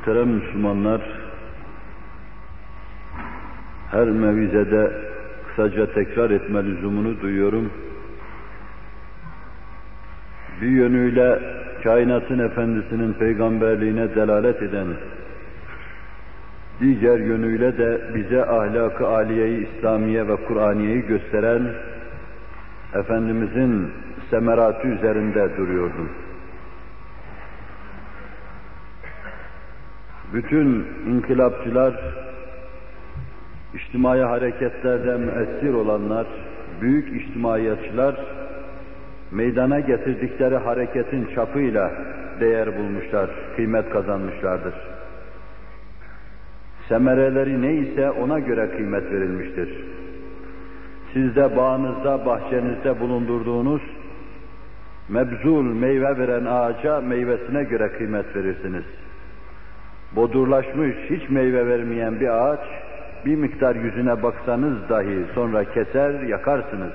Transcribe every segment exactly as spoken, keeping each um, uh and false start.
Muhterem Müslümanlar, her mevizede kısaca tekrar etme lüzumunu duyuyorum. Bir yönüyle kainatın efendisinin peygamberliğine delalet eden, diğer yönüyle de bize ahlak-ı âliye-i İslamiye ve Kur'aniyeyi gösteren Efendimizin semeratı üzerinde duruyordum. Bütün inkılapçılar, içtimai hareketlerde müessir olanlar, büyük içtimaiyatçılar, meydana getirdikleri hareketin çapıyla değer bulmuşlar, kıymet kazanmışlardır. Semereleri neyse ona göre kıymet verilmiştir. Siz de bağınızda, bahçenizde bulundurduğunuz mebzul meyve veren ağaca meyvesine göre kıymet verirsiniz. Bodurlaşmış, hiç meyve vermeyen bir ağaç, bir miktar yüzüne baksanız dahi sonra keser, yakarsınız.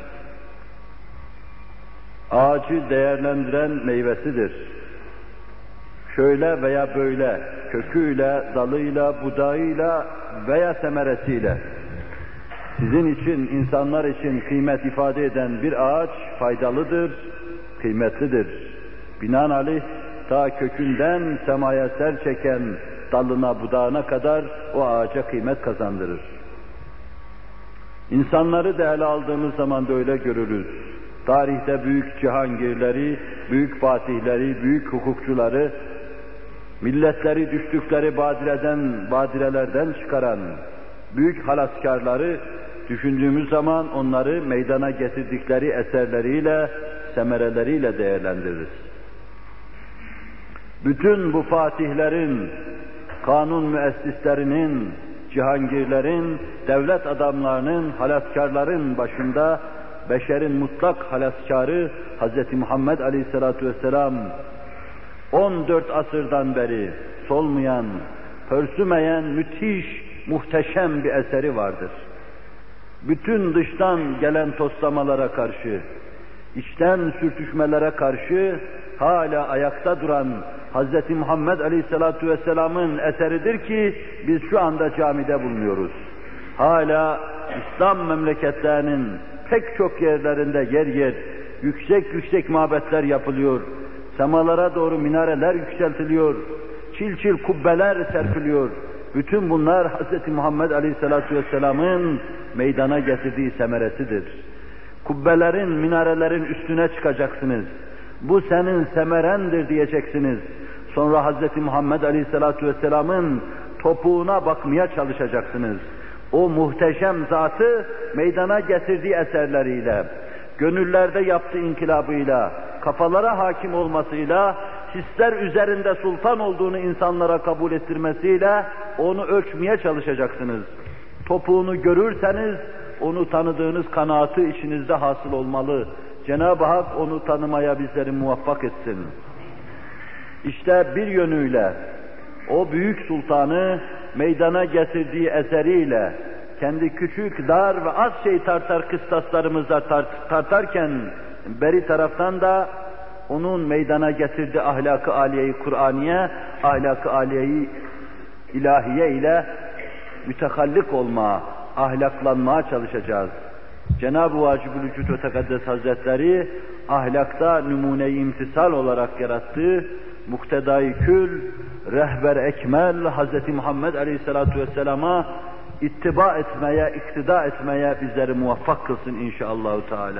Ağacı değerlendiren meyvesidir. Şöyle veya böyle, köküyle, dalıyla, budağıyla veya semeresiyle, sizin için, insanlar için kıymet ifade eden bir ağaç faydalıdır, kıymetlidir. Binaenaleyh ta kökünden semaya ser çeken dalına, budağına kadar o ağaca kıymet kazandırır. İnsanları da ele aldığımız zaman da öyle görürüz. Tarihte büyük cihangirleri, büyük fatihleri, büyük hukukçuları, milletleri düştükleri badireden, badirelerden çıkaran büyük halaskarları düşündüğümüz zaman onları meydana getirdikleri eserleriyle, semereleriyle değerlendiririz. Bütün bu fatihlerin, kanun müessislerinin, cihangirlerin, devlet adamlarının, halaskarların başında beşerin mutlak halaskarı Hz. Muhammed Aleyhisselatü Vesselam on dört asırdan beri solmayan, pörsümeyen, müthiş, muhteşem bir eseri vardır. Bütün dıştan gelen toslamalara karşı, içten sürtüşmelere karşı hala ayakta duran Hz. Muhammed Aleyhisselatü Vesselam'ın eseridir ki biz şu anda camide bulunuyoruz. Hala İslam memleketlerinin pek çok yerlerinde yer yer yüksek yüksek mabetler yapılıyor. Semalara doğru minareler yükseltiliyor. Çil çil kubbeler serpiliyor. Bütün bunlar Hz. Muhammed Aleyhisselatü Vesselam'ın meydana getirdiği semeresidir. Kubbelerin, minarelerin üstüne çıkacaksınız. Bu senin semerendir diyeceksiniz. Sonra Hz. Muhammed Aleyhisselatü Vesselam'ın topuğuna bakmaya çalışacaksınız. O muhteşem zatı meydana getirdiği eserleriyle, gönüllerde yaptığı inkılabıyla, kafalara hakim olmasıyla, hisler üzerinde sultan olduğunu insanlara kabul ettirmesiyle onu ölçmeye çalışacaksınız. Topuğunu görürseniz onu tanıdığınız kanaatı içinizde hasıl olmalı. Cenab-ı Hak onu tanımaya bizleri muvaffak etsin. İşte bir yönüyle o büyük sultanı meydana getirdiği eseriyle kendi küçük, dar ve az şey tartar kıstaslarımızda tart tartarken beri taraftan da onun meydana getirdiği ahlak-ı âliye-i Kur'aniye, ahlak-ı âliye-i ilahiye ile mütehallik olma, ahlaklanmaya çalışacağız. Cenab-ı Vacib-ül Vücud ve Tekaddes Hazretleri ahlakta numune-i imtisal olarak yarattığı muktedai kül, rehber ekmel Hz. Muhammed Aleyhisselatü Vesselam'a ittiba etmeye, iktida etmeye bizleri muvaffak kılsın inşallahü teala.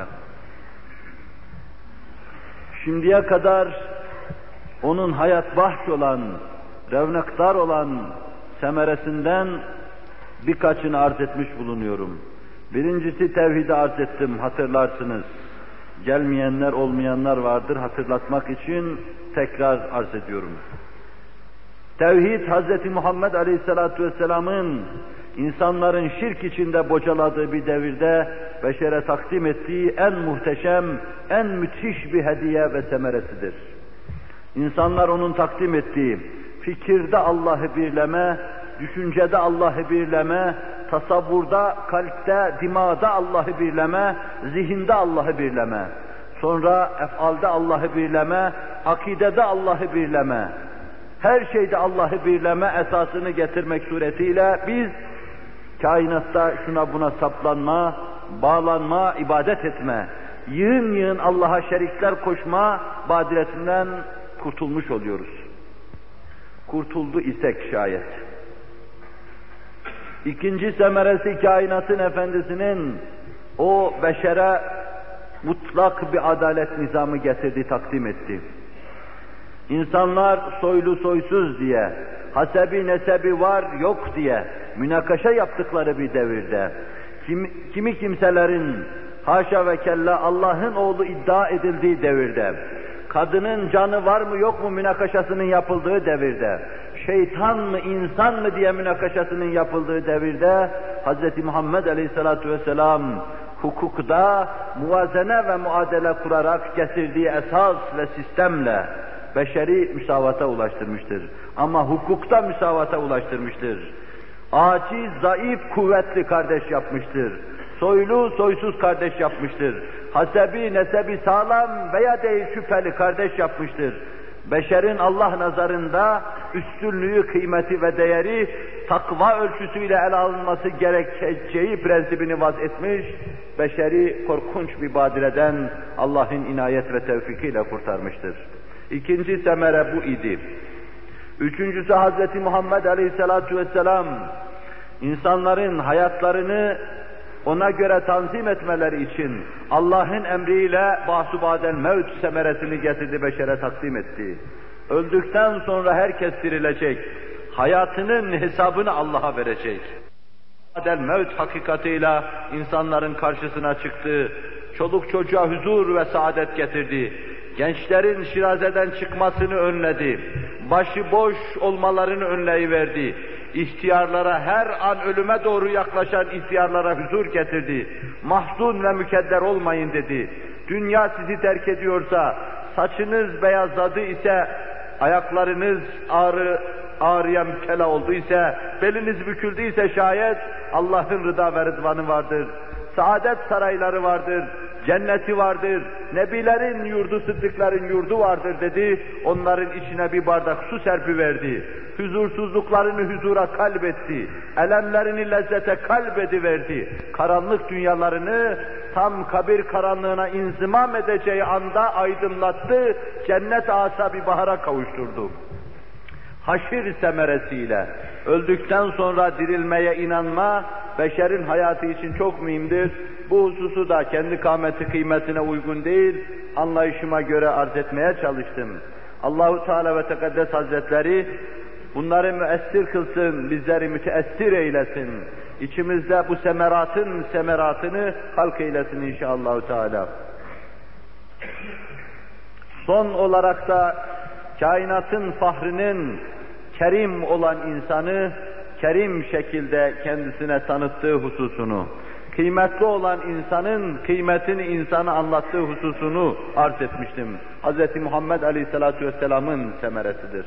Şimdiye kadar onun hayat bahş olan, revnekdar olan semeresinden birkaçını arz etmiş bulunuyorum. Birincisi tevhidi arz ettim, hatırlarsınız. Gelmeyenler, olmayanlar vardır, hatırlatmak için tekrar arz ediyorum. Tevhid, Hz. Muhammed Aleyhisselatü Vesselam'ın insanların şirk içinde bocaladığı bir devirde beşere takdim ettiği en muhteşem, en müthiş bir hediye ve semeresidir. İnsanlar onun takdim ettiği fikirde Allah'ı birleme, düşüncede Allah'ı birleme, tasavvurda, kalpte, dimağda Allah'ı birleme, zihinde Allah'ı birleme, sonra ef'alde Allah'ı birleme, akidede Allah'ı birleme, her şeyde Allah'ı birleme esasını getirmek suretiyle biz kainatta şuna buna saplanma, bağlanma, ibadet etme, yığın yığın Allah'a şerikler koşma badiretinden kurtulmuş oluyoruz. Kurtuldu isek şayet. İkinci semeresi kainatın efendisinin o beşere mutlak bir adalet nizamı getirdi, takdim etti. İnsanlar soylu soysuz diye, hasebi nesebi var yok diye münakaşa yaptıkları bir devirde, kimi, kimi kimselerin haşa ve kella Allah'ın oğlu iddia edildiği devirde, kadının canı var mı yok mu münakaşasının yapıldığı devirde, şeytan mı insan mı diye münakaşasının yapıldığı devirde Hz. Muhammed Aleyhisselatü Vesselam hukukta muvazene ve muadele kurarak getirdiği esas ve sistemle beşeri müsavata ulaştırmıştır. Ama hukukta müsavata ulaştırmıştır. Aciz, zayıf, kuvvetli kardeş yapmıştır. Soylu, soysuz kardeş yapmıştır. Hasebi, nesebi sağlam veya değil şüpheli kardeş yapmıştır. Beşerin Allah nazarında üstünlüğü, kıymeti ve değeri takva ölçüsüyle ele alınması gerekeceği prensibini vaz etmiş, beşeri korkunç bir badireden Allah'ın inayet ve tevfikiyle kurtarmıştır. İkinci semere bu idi. Üçüncüsü Hz. Muhammed Aleyhisselatü Vesselam insanların hayatlarını ona göre tanzim etmeleri için Allah'ın emriyle ba'su ba'del mevt semeresini getirdi, beşere takdim etti. Öldükten sonra herkes dirilecek, hayatının hesabını Allah'a verecek. Ba'del mevt hakikatıyla insanların karşısına çıktı, çoluk çocuğa huzur ve saadet getirdi. Gençlerin şirazeden çıkmasını önledi, başıboş olmalarını önleyiverdi. İhtiyarlara her an ölüme doğru yaklaşan ihtiyarlara huzur getirdi. Mahzun ve mükedder olmayın dedi. Dünya sizi terk ediyorsa, saçınız beyazladı ise, ayaklarınız ağrı, ağrıya müptela olduysa, beliniz büküldüyse şayet Allah'ın rıda ve rıdvanı vardır. Saadet sarayları vardır, cenneti vardır, nebilerin yurdu, sıddıkların yurdu vardır dedi. Onların içine bir bardak su serpiverdi. Huzursuzluklarını huzura kalbetti. Elemlerini lezzete kalbediverdi. Karanlık dünyalarını tam kabir karanlığına inzimam edeceği anda aydınlattı. Cennet asa bir bahara kavuşturdu. Haşir semeresiyle öldükten sonra dirilmeye inanma, beşerin hayatı için çok mühimdir. Bu hususu da kendi kâmeti kıymetine uygun değil, anlayışıma göre arz etmeye çalıştım. Allahu Teala ve Tekaddes Hazretleri bunları müessir kılsın, bizleri müteessir eylesin. İçimizde bu semeratın semeratını halk eylesin inşallahü Teala. Son olarak da kainatın fahrının kerim olan insanı kerim şekilde kendisine tanıttığı hususunu, kıymetli olan insanın kıymetini insana anlattığı hususunu arz etmiştim. Hz. Muhammed Aleyhisselatü Vesselam'ın semeresidir.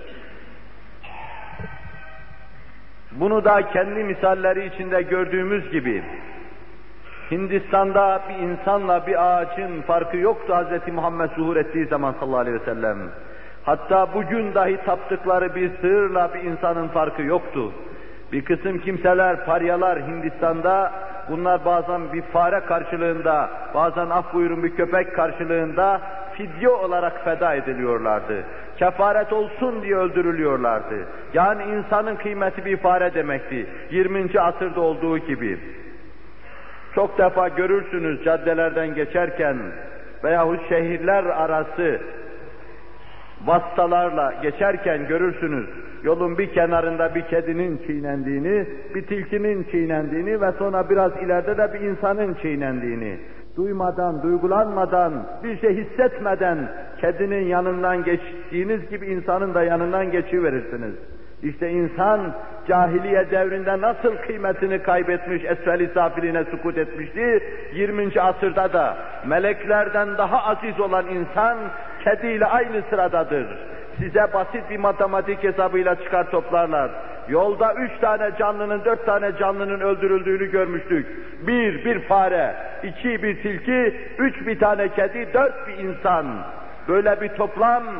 Bunu da kendi misalleri içinde gördüğümüz gibi, Hindistan'da bir insanla bir ağacın farkı yoktu Hz. Muhammed zuhur ettiği zaman sallallahu aleyhi ve sellem. Hatta bugün dahi taptıkları bir sığırla bir insanın farkı yoktu. Bir kısım kimseler, paryalar Hindistan'da, bunlar bazen bir fare karşılığında, bazen af buyurun bir köpek karşılığında fidye olarak feda ediliyorlardı. Kefaret olsun diye öldürülüyorlardı. Yani insanın kıymeti bir fare demekti. yirminci asırda olduğu gibi. Çok defa görürsünüz caddelerden geçerken veyahut şehirler arası vasıtalarla geçerken görürsünüz. Yolun bir kenarında bir kedinin çiğnendiğini, bir tilkinin çiğnendiğini ve sonra biraz ileride de bir insanın çiğnendiğini. Duymadan, duygulanmadan, bir şey hissetmeden kedinin yanından geçtiğiniz gibi insanın da yanından geçiverirsiniz. İşte insan cahiliye devrinde nasıl kıymetini kaybetmiş, esfel-i safiline sukut etmişti, yirminci asırda da meleklerden daha aziz olan insan kediyle aynı sıradadır. Size basit bir matematik hesabıyla çıkar toplarlar. Yolda üç tane canlının, dört tane canlının öldürüldüğünü görmüştük. Bir, bir fare, iki, bir tilki, üç, bir tane kedi, dört, bir insan. Böyle bir toplam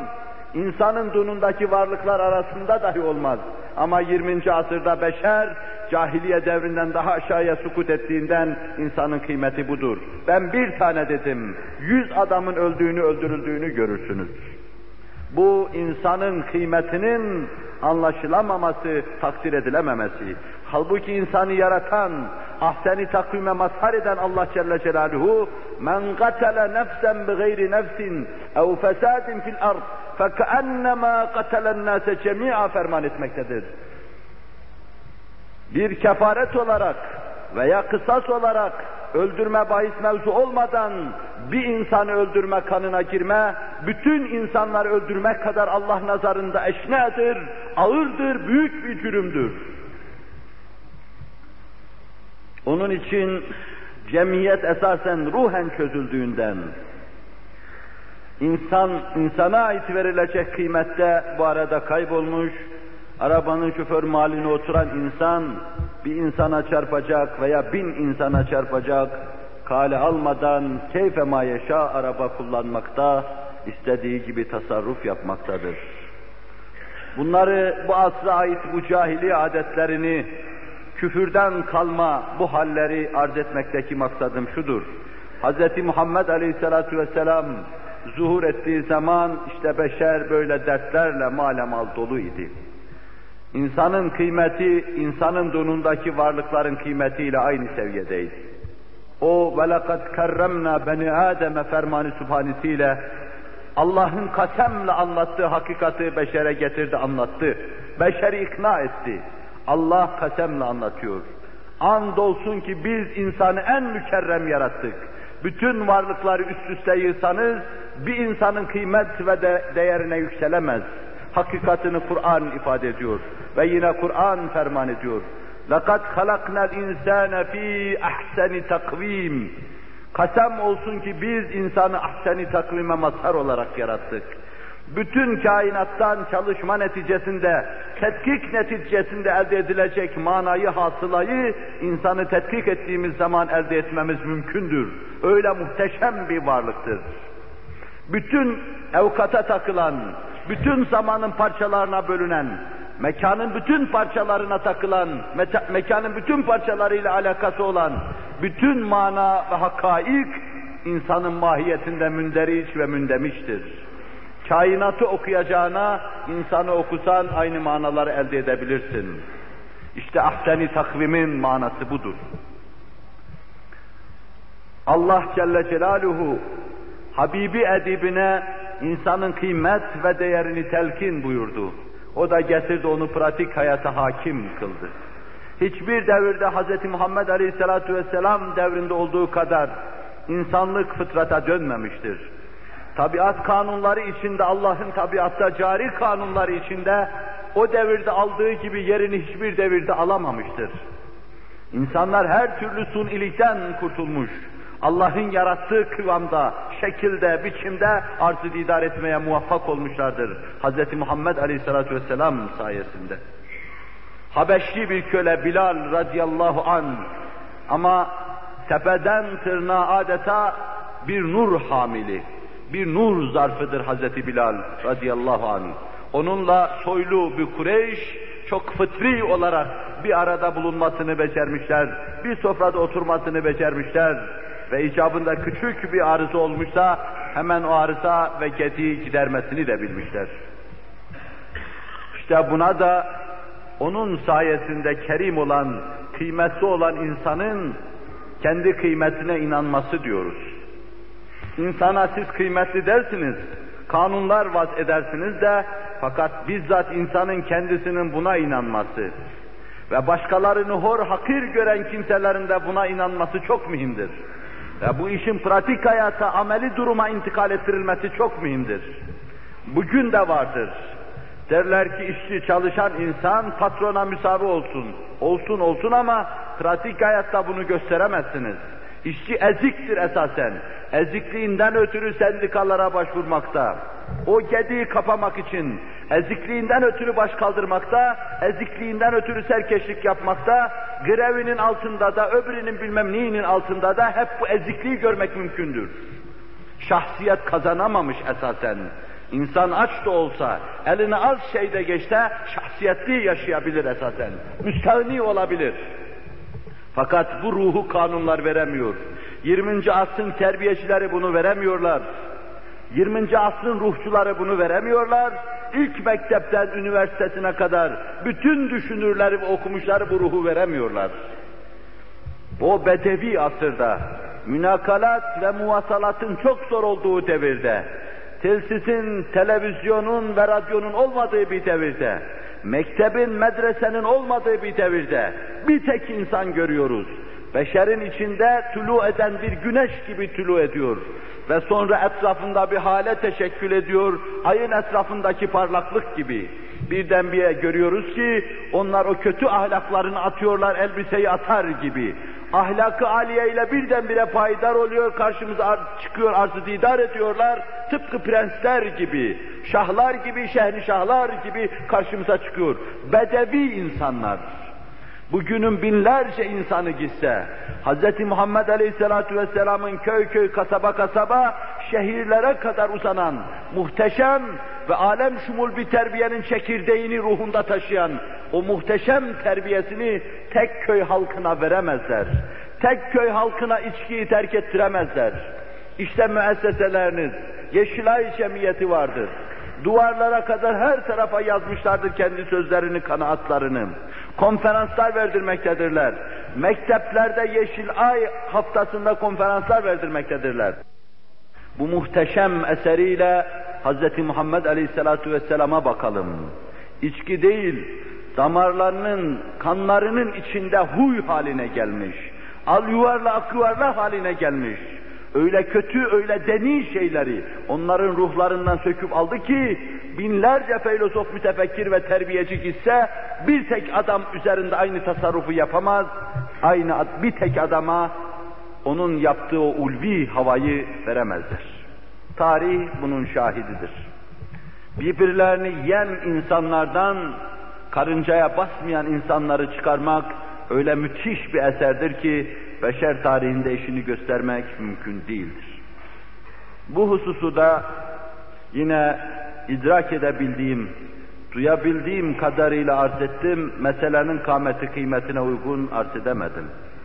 insanın dunundaki varlıklar arasında dahi olmaz. Ama yirminci asırda beşer, cahiliye devrinden daha aşağıya sukut ettiğinden insanın kıymeti budur. Ben bir tane dedim, yüz adamın öldüğünü, öldürüldüğünü görürsünüz. Bu insanın kıymetinin anlaşılamaması, takdir edilememesi. Halbuki insanı yaratan, ahseni takvime mazhar eden Allah Celle Celaluhu, men qatele nefsen bi gayri nefsin ev fesadin fil ard fekennema qatelen nase cemi'a ferman etmektedir. Bir kefaret olarak veya kısas olarak öldürme bahis mevzu olmadan bir insanı öldürme, kanına girme, bütün insanları öldürmek kadar Allah nazarında eşnedir, ağırdır, büyük bir cürümdür. Onun için cemiyet esasen ruhen çözüldüğünden, insan, insana ait verilecek kıymette bu arada kaybolmuş, arabanın şoför mahalline oturan insan, bir insana çarpacak veya bin insana çarpacak, kale almadan keyfe ma yeşâ araba kullanmakta, istediği gibi tasarruf yapmaktadır. Bunları, bu asra ait bu cahili adetlerini, küfürden kalma bu halleri arz etmekteki maksadım şudur. Hz. Muhammed Aleyhisselatü Vesselam zuhur ettiği zaman işte beşer böyle dertlerle malemal dolu idi. İnsanın kıymeti, insanın donundaki varlıkların kıymetiyle aynı seviyedeydi. O وَلَقَدْ كَرَّمْنَا بَنِي آدَمَ fermanı sübhanesiyle Allah'ın kasemle anlattığı hakikati beşere getirdi, anlattı. Beşeri ikna etti. Allah kasemle anlatıyor. Andolsun ki biz insanı en mükerrem yarattık. Bütün varlıkları üst üste yığsanız bir insanın kıymet ve de değerine yükselemez. Hakikatini Kur'an ifade ediyor ve yine Kur'an ferman ediyor. لَقَدْ خَلَقْنَا الْاِنْسَانَ ف۪ي اَحْسَنِ takvim. Kasem olsun ki biz insanı ahseni takvime mazhar olarak yarattık. Bütün kainattan çalışma neticesinde, tetkik neticesinde elde edilecek manayı, hasılayı insanı tetkik ettiğimiz zaman elde etmemiz mümkündür. Öyle muhteşem bir varlıktır. Bütün evkata takılan, bütün zamanın parçalarına bölünen, mekanın bütün parçalarına takılan, me- mekanın bütün parçalarıyla alakası olan bütün mana ve hakaik insanın mahiyetinde münderiç ve mündemiştir. Kainatı okuyacağına insanı okusan aynı manaları elde edebilirsin. İşte ahsen-i takvimin manası budur. Allah Celle Celaluhu Habibi edibine insanın kıymet ve değerini telkin buyurdu. O da getirdi onu pratik hayata hakim kıldı. Hiçbir devirde Hz. Muhammed Aleyhisselatü Vesselam devrinde olduğu kadar insanlık fıtrata dönmemiştir. Tabiat kanunları içinde, Allah'ın tabiatta cari kanunları içinde o devirde aldığı gibi yerini hiçbir devirde alamamıştır. İnsanlar her türlü sunilikten kurtulmuş. Allah'ın yarattığı kıvamda, şekilde, biçimde arz-ı idare etmeye muvaffak olmuşlardır. Hz. Muhammed Aleyhisselatü Vesselam sayesinde. Habeşli bir köle Bilal radıyallahu an ama tepeden tırnağa adeta bir nur hamili, bir nur zarfıdır Hz. Bilal radıyallahu anh. Onunla soylu bir Kureyş çok fıtri olarak bir arada bulunmasını becermişler, bir sofrada oturmasını becermişler ve icabında küçük bir arıza olmuşsa hemen o arıza ve gediği gidermesini de bilmişler. İşte buna da onun sayesinde kerim olan, kıymetli olan insanın kendi kıymetine inanması diyoruz. İnsana siz kıymetli dersiniz, kanunlar vaz edersiniz de fakat bizzat insanın kendisinin buna inanması ve başkalarını hor hakir gören kimselerin de buna inanması çok mühimdir. Ve bu işin pratik hayata, ameli duruma intikal ettirilmesi çok mühimdir. Bugün de vardır. Derler ki işçi, çalışan insan patrona müsavi olsun. Olsun olsun ama pratik hayatta bunu gösteremezsiniz. İşçi eziktir esasen. Ezikliğinden ötürü sendikalara başvurmakta. O gediği kapamak için ezikliğinden ötürü baş kaldırmakta, ezikliğinden ötürü serkeşlik yapmakta, grevinin altında da öbürünün bilmem neyinin altında da hep bu ezikliği görmek mümkündür. Şahsiyet kazanamamış esasen. İnsan aç da olsa, eline az şey de geçse, şahsiyetli yaşayabilir esasen. Müstahni olabilir. Fakat bu ruhu kanunlar veremiyor. yirminci asrın terbiyecileri bunu veremiyorlar. yirminci asrın ruhçuları bunu veremiyorlar. İlk mektepten üniversitesine kadar bütün düşünürleri ve okumuşları bu ruhu veremiyorlar. O bedevi asırda, münakalat ve muvasalatın çok zor olduğu devirde, telsisin, televizyonun ve radyonun olmadığı bir devirde, mektebin, medresenin olmadığı bir devirde bir tek insan görüyoruz. Beşerin içinde tülû eden bir güneş gibi tülû ediyor ve sonra etrafında bir hale teşekkül ediyor, ayın etrafındaki parlaklık gibi. Birdenbire görüyoruz ki onlar o kötü ahlaklarını atıyorlar, elbiseyi atar gibi. Ahlak-ı aliye ile birdenbire payidar oluyor, karşımıza çıkıyor, arz-ı didar ediyorlar, tıpkı prensler gibi, şahlar gibi, şehnişahlar gibi karşımıza çıkıyor. Bedevi insanlar. Bugünün binlerce insanı gitse, Hz. Muhammed Aleyhisselatü Vesselam'ın köy köy, kasaba kasaba, şehirlere kadar uzanan, muhteşem ve alem şumul bir terbiyenin çekirdeğini ruhunda taşıyan o muhteşem terbiyesini tek köy halkına veremezler. Tek köy halkına içkiyi terk ettiremezler. İşte müesseseleriniz, Yeşilay Cemiyeti vardır. Duvarlara kadar her tarafa yazmışlardır kendi sözlerini, kanaatlarını. Konferanslar verdirmektedirler. Mekteplerde Yeşilay haftasında konferanslar verdirmektedirler. Bu muhteşem eseriyle Hz. Muhammed Aleyhisselatü Vesselam'a bakalım. İçki değil, damarlarının, kanlarının içinde huy haline gelmiş. Al yuvarla ak yuvarla haline gelmiş. Öyle kötü, öyle deni şeyleri onların ruhlarından söküp aldı ki binlerce filozof, mütefekkir ve terbiyeci gitse bir tek adam üzerinde aynı tasarrufu yapamaz. Aynı bir tek adama onun yaptığı o ulvi havayı veremezler. Tarih bunun şahididir. Birbirlerini yiyen insanlardan karıncaya basmayan insanları çıkarmak öyle müthiş bir eserdir ki beşer tarihinde işini göstermek mümkün değildir. Bu hususu da yine idrak edebildiğim, duyabildiğim kadarıyla arz ettim, meselenin kâmeti kıymetine uygun arz edemedim.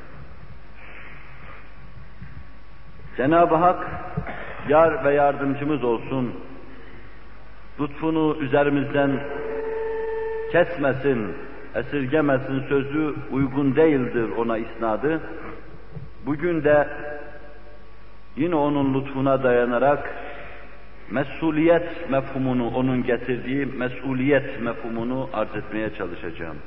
Cenab-ı Hak yar ve yardımcımız olsun, lütfunu üzerimizden kesmesin, esirgemesin sözü uygun değildir ona isnadı. Bugün de yine onun lütfuna dayanarak mesuliyet mefhumunu, onun getirdiği mesuliyet mefhumunu arz etmeye çalışacağım.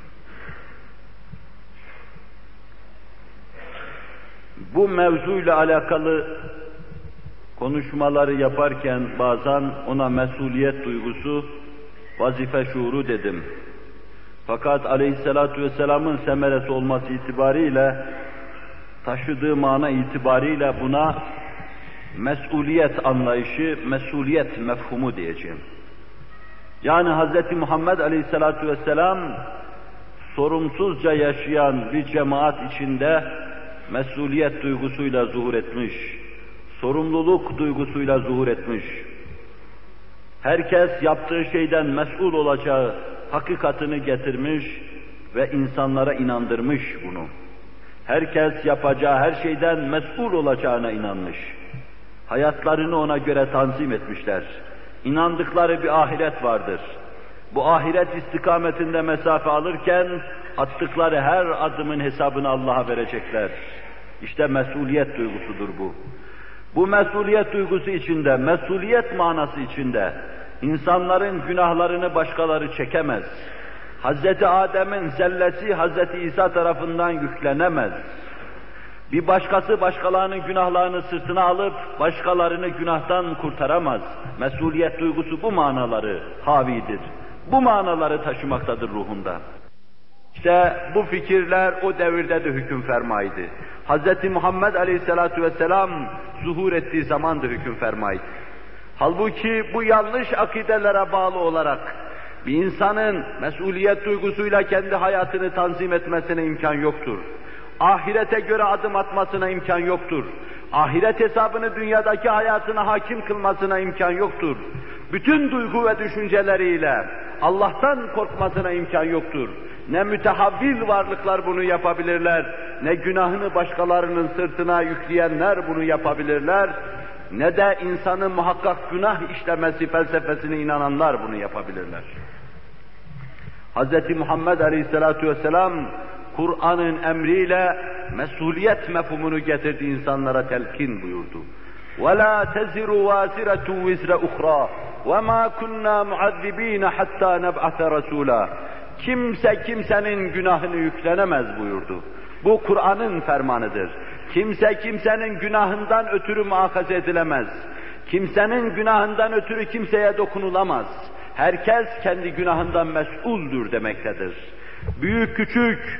Bu mevzuyla alakalı konuşmaları yaparken bazen ona mesuliyet duygusu, vazife şuuru dedim. Fakat Aleyhisselatü Vesselam'ın semeresi olması itibariyle, taşıdığı mana itibariyle buna mesuliyet anlayışı, mesuliyet mefhumu diyeceğim. Yani Hz. Muhammed Aleyhisselatü Vesselam sorumsuzca yaşayan bir cemaat içinde mesuliyet duygusuyla zuhur etmiş, sorumluluk duygusuyla zuhur etmiş. Herkes yaptığı şeyden mesul olacağı hakikatini getirmiş ve insanlara inandırmış bunu. Herkes yapacağı her şeyden mesul olacağına inanmış. Hayatlarını ona göre tanzim etmişler. İnandıkları bir ahiret vardır. Bu ahiret istikametinde mesafe alırken attıkları her adımın hesabını Allah'a verecekler. İşte mesuliyet duygusudur bu. Bu mesuliyet duygusu içinde, mesuliyet manası içinde insanların günahlarını başkaları çekemez. Hazreti Adem'in zellesi Hazreti İsa tarafından yüklenemez. Bir başkası başkalarının günahlarını sırtına alıp başkalarını günahtan kurtaramaz. Mesuliyet duygusu bu manaları havidir. Bu manaları taşımaktadır ruhunda. İşte bu fikirler o devirde de hüküm fermaydı. Hz. Muhammed Aleyhisselatü Vesselam zuhur ettiği zaman da hüküm fermaydı. Halbuki bu yanlış akidelere bağlı olarak bir insanın mesuliyet duygusuyla kendi hayatını tanzim etmesine imkan yoktur. Ahirete göre adım atmasına imkan yoktur. Ahiret hesabını dünyadaki hayatına hakim kılmasına imkan yoktur. Bütün duygu ve düşünceleriyle Allah'tan korkmasına imkan yoktur. Ne mütehavvil varlıklar bunu yapabilirler, ne günahını başkalarının sırtına yükleyenler bunu yapabilirler, ne de insanın muhakkak günah işlemesi felsefesine inananlar bunu yapabilirler. Hz. Muhammed Aleyhisselatü Vesselam, Kur'an'ın emriyle mesuliyet mefhumunu getirdi, insanlara telkin buyurdu. وَلَا تَزِرُ وَازِرَةُ وِزْرَ اُخْرَى وَمَا كُنَّا مُعَذِّب۪ينَ حَتَّى نَبْعَثَ رَسُولًا. Kimse kimsenin günahını yüklenemez buyurdu. Bu Kur'an'ın fermanıdır. Kimse kimsenin günahından ötürü muhakaze edilemez. Kimsenin günahından ötürü kimseye dokunulamaz. Herkes kendi günahından mes'uldür demektedir. Büyük küçük,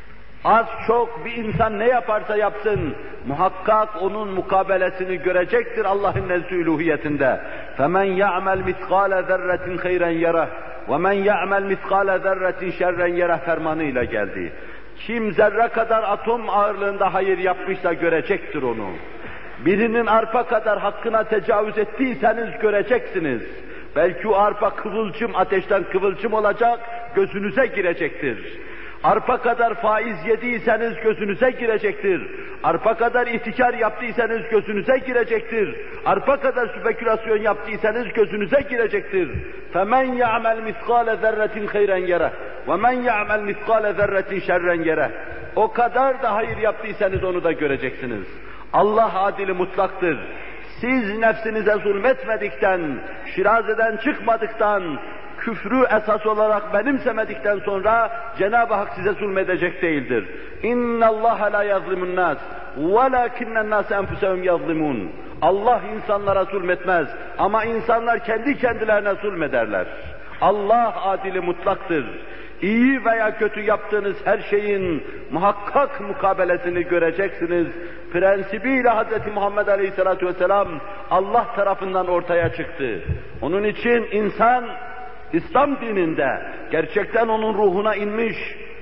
az çok bir insan ne yaparsa yapsın, muhakkak onun mukabelesini görecektir Allah'ın nezdü uluhiyetinde. فَمَنْ يَعْمَلْ مِثْقَالَ ذَرَّةٍ خَيْرًا يَرَهُ وَمَنْ يَعْمَلْ مِثْقَالَ ذَرَّةٍ شَرًّا يَرَهُ fermanıyla geldi. Kim zerre kadar atom ağırlığında hayır yapmışsa görecektir onu. Birinin arpa kadar hakkına tecavüz ettiyseniz göreceksiniz. Belki o arpa kıvılcım, ateşten kıvılcım olacak, gözünüze girecektir. Arpa kadar faiz yediyseniz gözünüze girecektir. Arpa kadar ihtikar yaptıysanız gözünüze girecektir. Arpa kadar spekülasyon yaptıysanız gözünüze girecektir. فَمَنْ يَعْمَلْ مِثْقَالَ ذَرَّةٍ خَيْرًا يَرَهُ وَمَنْ يَعْمَلْ مِثْقَالَ ذَرَّةٍ شَرًّا يَرَهُ. O kadar da hayır yaptıysanız onu da göreceksiniz. Allah adili mutlaktır. Siz nefsinize zulmetmedikten, şirazeden çıkmadıktan, küfrü esas olarak benimsemedikten sonra Cenab-ı Hak size zulmedecek değildir. İnna Allah la yazlimun nas velakinnen nas enfusehum yazlimun. Allah insanlara zulmetmez ama insanlar kendi kendilerine zulmederler. Allah adili mutlaktır. İyi veya kötü yaptığınız her şeyin muhakkak mukabelesini göreceksiniz. Prensibiyle Hz. Muhammed Aleyhisselatü Vesselam Allah tarafından ortaya çıktı. Onun için insan İslam dininde gerçekten onun ruhuna inmiş,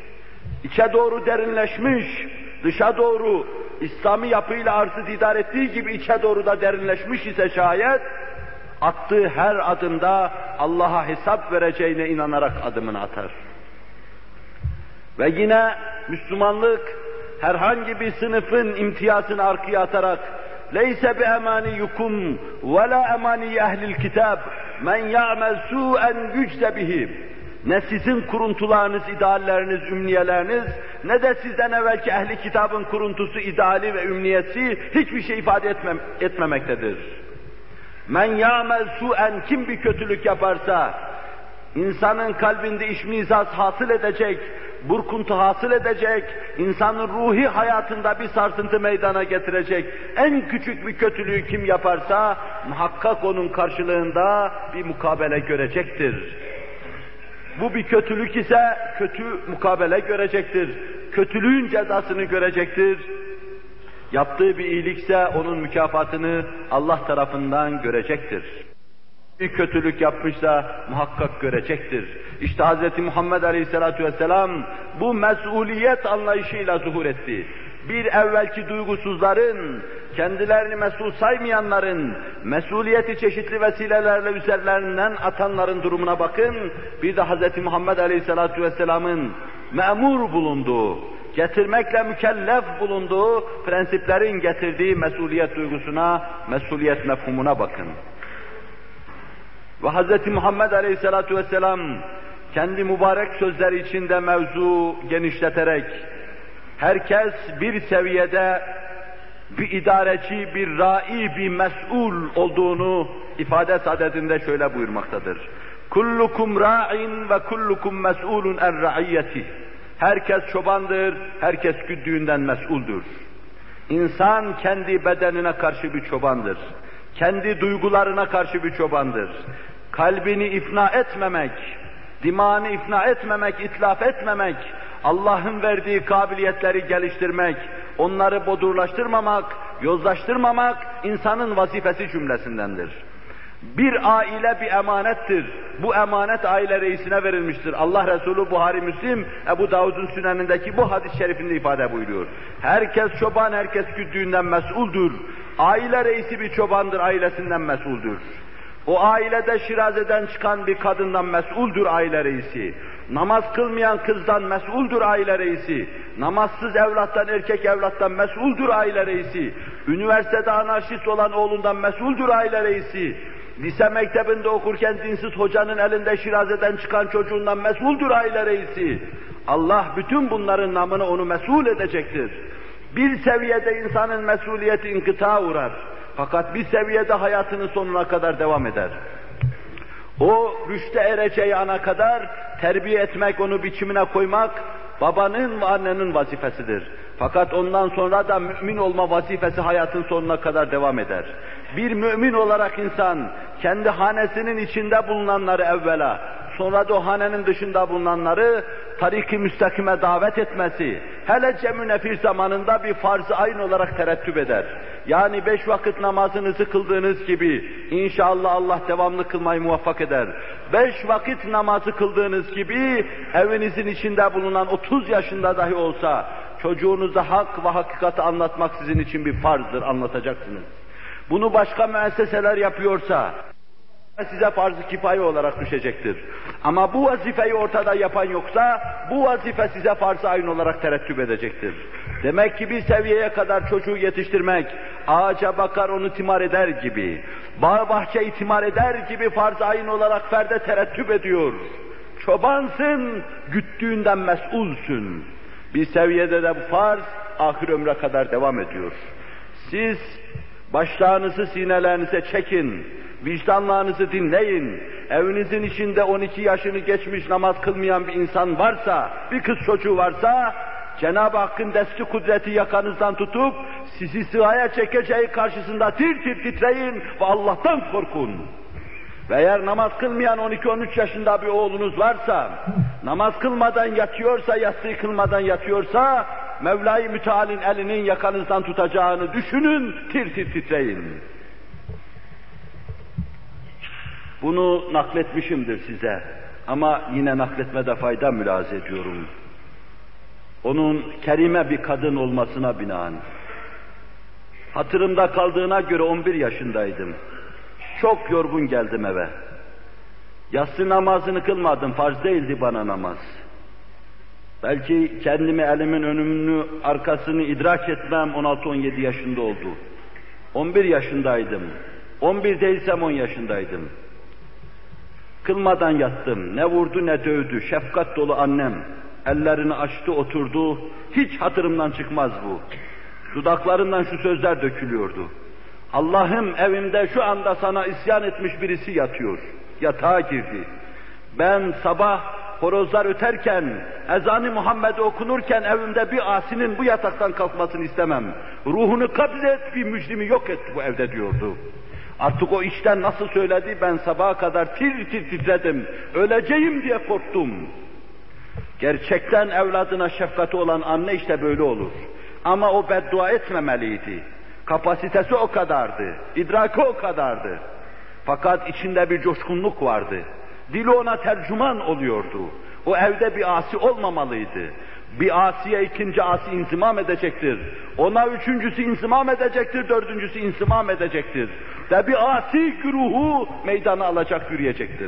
içe doğru derinleşmiş, dışa doğru İslami yapıyla arzı didar ettiği gibi içe doğru da derinleşmiş ise şayet, attığı her adımda Allah'a hesap vereceğine inanarak adımını atar. Ve yine Müslümanlık herhangi bir sınıfın imtiyazını arkaya atarak لَيْسَ بِاَمَانِيُّكُمْ وَلَا اَمَانِيَ اَهْلِ الْكِتَابِ مَنْ يَعْمَلْ سُوءًا يُجْزَ بِهِ. Ne sizin kuruntularınız, idealleriniz, ümniyeleriniz, ne de sizden evvelki ehli kitabın kuruntusu, ideali ve ümniyesi hiçbir şey ifade etmem, etmemektedir. Men ya'mel su'en, kim bir kötülük yaparsa, insanın kalbinde işmizaz hasıl edecek, burkuntu hasıl edecek, insanın ruhi hayatında bir sarsıntı meydana getirecek, en küçük bir kötülüğü kim yaparsa, muhakkak onun karşılığında bir mukabele görecektir. Bu bir kötülük ise kötü mukabele görecektir. Kötülüğün cezasını görecektir. Yaptığı bir iyilikse onun mükafatını Allah tarafından görecektir. Bir kötülük yapmışsa muhakkak görecektir. İşte Hz. Muhammed Aleyhisselatü Vesselam bu mesuliyet anlayışıyla zuhur etti. Bir evvelki duygusuzların, kendilerini mesul saymayanların, mesuliyeti çeşitli vesilelerle üzerlerinden atanların durumuna bakın. Bir de Hz. Muhammed Aleyhisselatü Vesselam'ın memur bulunduğu, getirmekle mükellef bulunduğu prensiplerin getirdiği mesuliyet duygusuna, mesuliyet mefhumuna bakın. Ve Hz. Muhammed Aleyhisselatü Vesselam kendi mübarek sözleri içinde mevzu genişleterek herkes bir seviyede bir idareci, bir rai, bir mes'ul olduğunu ifade sadedinde şöyle buyurmaktadır. Kullukum ra'in ve kullukum mes'ulun en ra'iyyeti. Herkes çobandır, herkes güttüğünden mes'uldür. İnsan kendi bedenine karşı bir çobandır. Kendi duygularına karşı bir çobandır. Kalbini ifna etmemek, dimağını ifna etmemek, itlaf etmemek, Allah'ın verdiği kabiliyetleri geliştirmek, onları bodurlaştırmamak, yozlaştırmamak insanın vazifesi cümlesindendir. Bir aile bir emanettir. Bu emanet aile reisine verilmiştir. Allah Resulü Buhari Müslim, Ebu Davud'un sünenindeki bu hadis-i şerifinde ifade buyuruyor. Herkes çoban, herkes güttüğünden mes'uldur. Aile reisi bir çobandır, ailesinden mes'uldur. O ailede şirazeden çıkan bir kadından mesuldür aile reisi. Namaz kılmayan kızdan mesuldür aile reisi. Namazsız evlattan, erkek evlattan mesuldür aile reisi. Üniversitede anarşist olan oğlundan mesuldür aile reisi. Lise mektebinde okurken dinsiz hocanın elinde şirazeden çıkan çocuğundan mesuldür aile reisi. Allah bütün bunların namına onu mesul edecektir. Bir seviyede insanın mesuliyeti inkıta uğrar. Fakat bir seviyede hayatının sonuna kadar devam eder. O rüşte ereceği ana kadar terbiye etmek, onu biçimine koymak babanın ve annenin vazifesidir. Fakat ondan sonra da mümin olma vazifesi hayatın sonuna kadar devam eder. Bir mümin olarak insan kendi hanesinin içinde bulunanları evvela, sonra da o hanenin dışında bulunanları tarik-i müstakime davet etmesi, hele cem-i nefir zamanında bir farz-ı ayn olarak terettüp eder. Yani beş vakit namazınızı kıldığınız gibi, inşallah Allah devamlı kılmayı muvaffak eder. Beş vakit namazı kıldığınız gibi, evinizin içinde bulunan otuz yaşında dahi olsa, çocuğunuza hak ve hakikati anlatmak sizin için bir farzdır, anlatacaksınız. Bunu başka müesseseler yapıyorsa, size farz-ı kifaye olarak düşecektir. Ama bu vazifeyi ortada yapan yoksa, bu vazife size farz-ı ayn olarak terettüp edecektir. Demek ki bir seviyeye kadar çocuğu yetiştirmek, ağaca bakar onu timar eder gibi, bağ bahçeyi timar eder gibi farz-ı ayn olarak ferde terettüp ediyor. Çobansın, güttüğünden mesulsün. Bir seviyede de bu farz, ahir ömre kadar devam ediyor. Siz, başlarınızı sinelerinize çekin, vicdanlarınızı dinleyin. Evinizin içinde on iki yaşını geçmiş namaz kılmayan bir insan varsa, bir kız çocuğu varsa, Cenab-ı Hakk'ın desti kudreti yakanızdan tutup, sizi sığaya çekeceği karşısında tir tir titreyin ve Allah'tan korkun. Ve eğer namaz kılmayan on iki on üç yaşında bir oğlunuz varsa, namaz kılmadan yatıyorsa, yatsı kılmadan yatıyorsa, Mevla-i Müteal'in elinin yakanızdan tutacağını düşünün, tir tir titreyin. Bunu nakletmişimdir size ama yine nakletmede fayda mülahaz ediyorum. Onun kerime bir kadın olmasına binaen. Hatırımda kaldığına göre on bir yaşındaydım. Çok yorgun geldim eve. Yatsı namazını kılmadım, farz değildi bana namaz. Belki kendimi, elimin önünü, arkasını idrak etmem on altı on yedi yaşında oldu. on bir yaşındaydım. on bir değilsem on yaşındaydım. Kılmadan yattım. Ne vurdu ne dövdü. Şefkat dolu annem. Ellerini açtı oturdu. Hiç hatırımdan çıkmaz bu. Dudaklarından şu sözler dökülüyordu. Allah'ım, evimde şu anda sana isyan etmiş birisi yatıyor. Yatağa girdi. Ben sabah horozlar öterken, ezan-ı Muhammed okunurken evimde bir asinin bu yataktan kalkmasını istemem. Ruhunu kabz et, bir mücrimi yok et bu evde diyordu. Artık o işten nasıl söyledi, ben sabaha kadar tir tir titredim, öleceğim diye korktum. Gerçekten evladına şefkati olan anne işte böyle olur. Ama o beddua etmemeliydi. Kapasitesi o kadardı, idraki o kadardı. Fakat içinde bir coşkunluk vardı. Dili ona tercüman oluyordu. O evde bir asi olmamalıydı. Bir asiye ikinci asi inzimam edecektir. Ona üçüncüsü inzimam edecektir, dördüncüsü inzimam edecektir. Ve bir asi güruhu meydana alacak, yürüyecektir.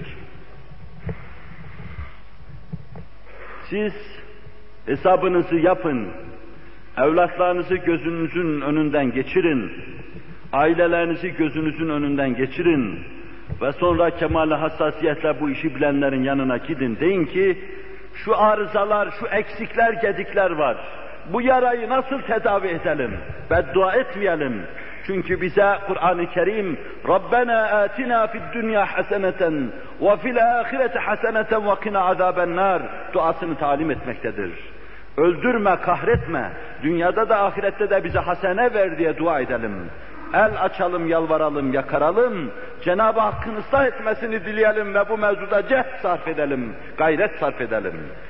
Siz hesabınızı yapın. Evlatlarınızı gözünüzün önünden geçirin. Ailelerinizi gözünüzün önünden geçirin. Ve sonra kemal-i hassasiyetle bu işi bilenlerin yanına gidin. Deyin ki, şu arızalar, şu eksikler, gedikler var. Bu yarayı nasıl tedavi edelim? Beddua etmeyelim. Çünkü bize Kur'an-ı Kerim Rabbena atina fid dunya haseneten ve fil ahireti haseneten ve qina azabennar duasını talim etmektedir. Öldürme, kahretme. Dünyada da ahirette de bize hasene ver diye dua edelim. El açalım, yalvaralım, yakaralım. Cenab-ı Hakk'ın ıslah etmesini dileyelim ve bu mevzuda cehd sarf edelim, gayret sarf edelim.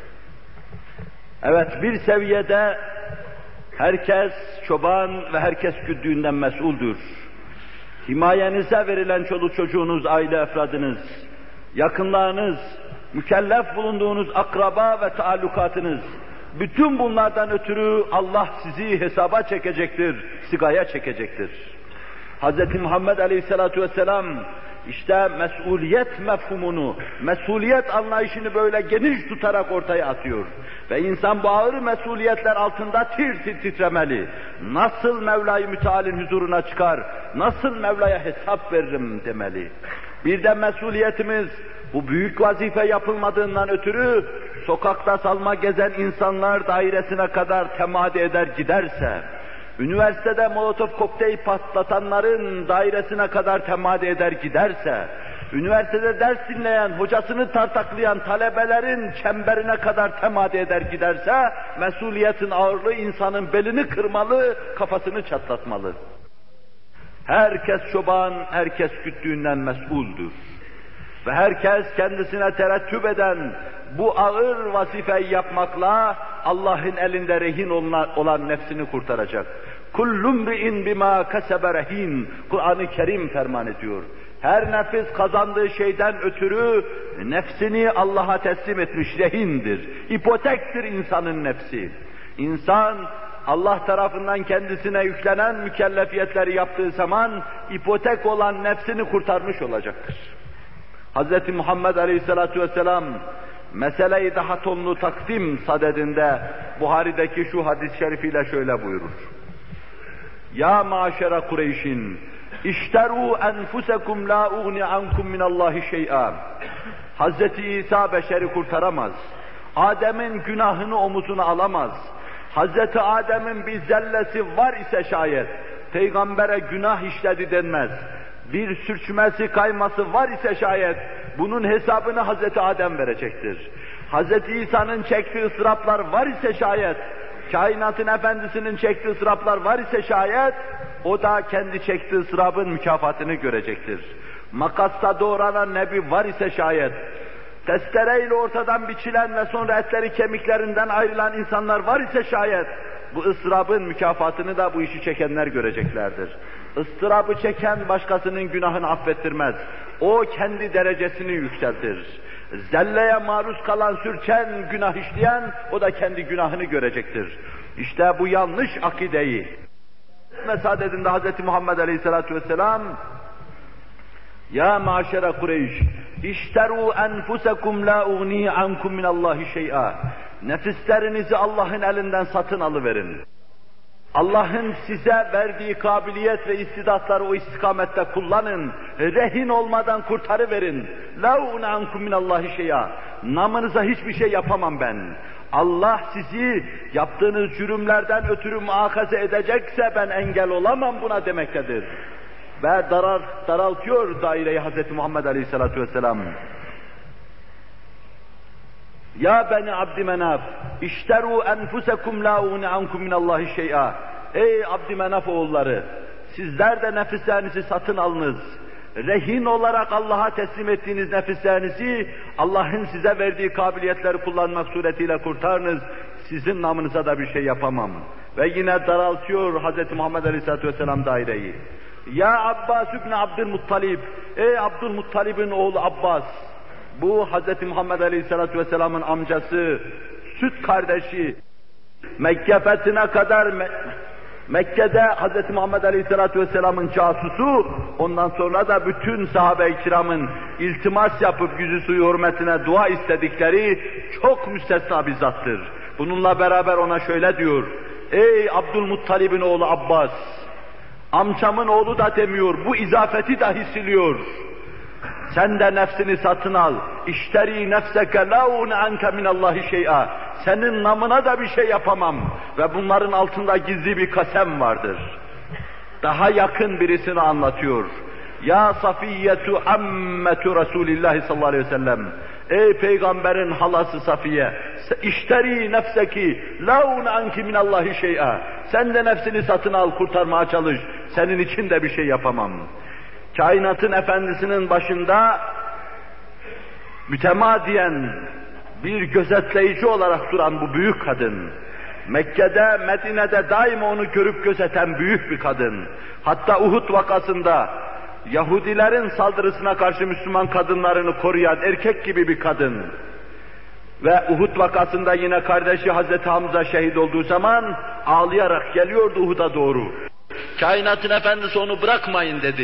Evet, bir seviyede herkes çoban ve herkes güttüğünden mesuldür. Himayenize verilen çoluk çocuğunuz, aile efradınız, yakınlarınız, mükellef bulunduğunuz akraba ve taallukatınız, bütün bunlardan ötürü Allah sizi hesaba çekecektir, sigaya çekecektir. Hz. Muhammed Aleyhisselatü Vesselam İşte mesuliyet mefhumunu, mesuliyet anlayışını böyle geniş tutarak ortaya atıyor. Ve insan bu ağır mesuliyetler altında tir tir titremeli. Nasıl Mevla-i Müteal'in huzuruna çıkar, nasıl Mevla'ya hesap veririm demeli. Bir de mesuliyetimiz, bu büyük vazife yapılmadığından ötürü, sokakta salma gezen insanlar dairesine kadar temadi eder giderse, üniversitede molotof kokteyl patlatanların dairesine kadar temadi eder giderse, üniversitede ders dinleyen, hocasını tartaklayan talebelerin çemberine kadar temadi eder giderse, mesuliyetin ağırlığı insanın belini kırmalı, kafasını çatlatmalı. Herkes çoban, herkes güttüğünden mesuldür. Ve herkes kendisine terettüp eden bu ağır vazifeyi yapmakla Allah'ın elinde rehin olan nefsini kurtaracak. Kullum ri'in bima kasebe rehin. Kur'an-ı Kerim ferman ediyor. Her nefis kazandığı şeyden ötürü nefsini Allah'a teslim etmiş rehindir. İpotektir insanın nefsi. İnsan Allah tarafından kendisine yüklenen mükellefiyetleri yaptığı zaman ipotek olan nefsini kurtarmış olacaktır. Hz. Muhammed Aleyhisselatü Vesselam mesele-i daha tonlu takdim sadedinde Buhari'deki şu hadis-i şerifiyle şöyle buyurur. Ya maşere Kureyş'in işteru enfusekum la ugni ankum minallahi şey'a. Hz. İsa beşeri kurtaramaz. Adem'in günahını omuzuna alamaz. Hz. Adem'in bir zellesi var ise şayet peygambere günah işledi denmez. Bir sürçmesi, kayması var ise şayet bunun hesabını Hz. Adem verecektir. Hz. İsa'nın çektiği ıstıraplar var ise şayet, kainatın efendisinin çektiği ıstıraplar var ise şayet, o da kendi çektiği ıstırabın mükafatını görecektir. Makasta doğranan nebi var ise şayet, testereyle ortadan biçilen ve sonra etleri kemiklerinden ayrılan insanlar var ise şayet, bu ıstırabın mükafatını da bu işi çekenler göreceklerdir. Istırabı çeken başkasının günahını affettirmez. O kendi derecesini yükseltir. Zelleye maruz kalan, sürçen, günah işleyen, o da kendi günahını görecektir. İşte bu yanlış akideyi mesadedinde Hz. Muhammed Aleyhisselatü Vesselam Ya maşere Kureyş işteru enfusekum la ugni ankum minallahi şey'a. Nefislerinizi Allah'ın elinden satın alıverin. Allah'ın size verdiği kabiliyet ve istidatları o istikamette kullanın. Rehin olmadan kurtarıverin. La ugni ankum minallahi şey'a. Namınıza hiçbir şey yapamam ben. Allah sizi yaptığınız cürümlerden ötürü muakaze edecekse ben engel olamam buna demektedir. Ve darar, daraltıyor daireyi Hz. Muhammed Aleyhisselatü Vesselam. Ya beni Abdümenaf, işteru enfusekum la ugni ankum minallahi şey'a. Ey Abdümenaf oğulları, sizler de nefislerinizi satın alınız. Rehin olarak Allah'a teslim ettiğiniz nefislerinizi Allah'ın size verdiği kabiliyetleri kullanmak suretiyle kurtarınız. Sizin namınıza da bir şey yapamam. Ve yine daraltıyor Hz. Muhammed Aleyhisselatü Vesselam daireyi. Ya Abbas ibn Abdülmuttalib, ey Abdülmuttalib'in oğlu Abbas, bu Hz. Muhammed Aleyhisselatü Vesselam'ın amcası, süt kardeşi, Mekke fethine kadar Me Mekke'de Hz. Muhammed Aleyhisselatü Vesselam'ın casusu, ondan sonra da bütün sahabe-i kiramın iltimas yapıp yüzü suyu hürmetine dua istedikleri çok müstesna bir zattır. Bununla beraber ona şöyle diyor, ey Abdülmuttalib'in oğlu Abbas, amcamın oğlu da demiyor, bu izafeti dahi siliyor. Sen de nefsini satın al. İşteri nefseke la ugni anke minallahi şey'a. Senin namına da bir şey yapamam. Ve bunların altında gizli bir kasem vardır. Daha yakın birisini anlatıyor. Ya Safiyyetu ammetu Resulillahi sallallahu aleyhi ve sellem. Ey peygamberin halası Safiye, işteri nefseki la ugni anke minallahi şey'a. Sen de nefsini satın al, kurtarmaya çalış. Senin için de bir şey yapamam. Kainatın efendisinin başında mütemadiyen bir gözetleyici olarak duran bu büyük kadın, Mekke'de, Medine'de daima onu görüp gözeten büyük bir kadın, hatta Uhud vakasında Yahudilerin saldırısına karşı Müslüman kadınlarını koruyan erkek gibi bir kadın ve Uhud vakasında yine kardeşi Hazreti Hamza şehit olduğu zaman ağlayarak geliyordu Uhud'a doğru. Kainatın efendisi onu bırakmayın dedi.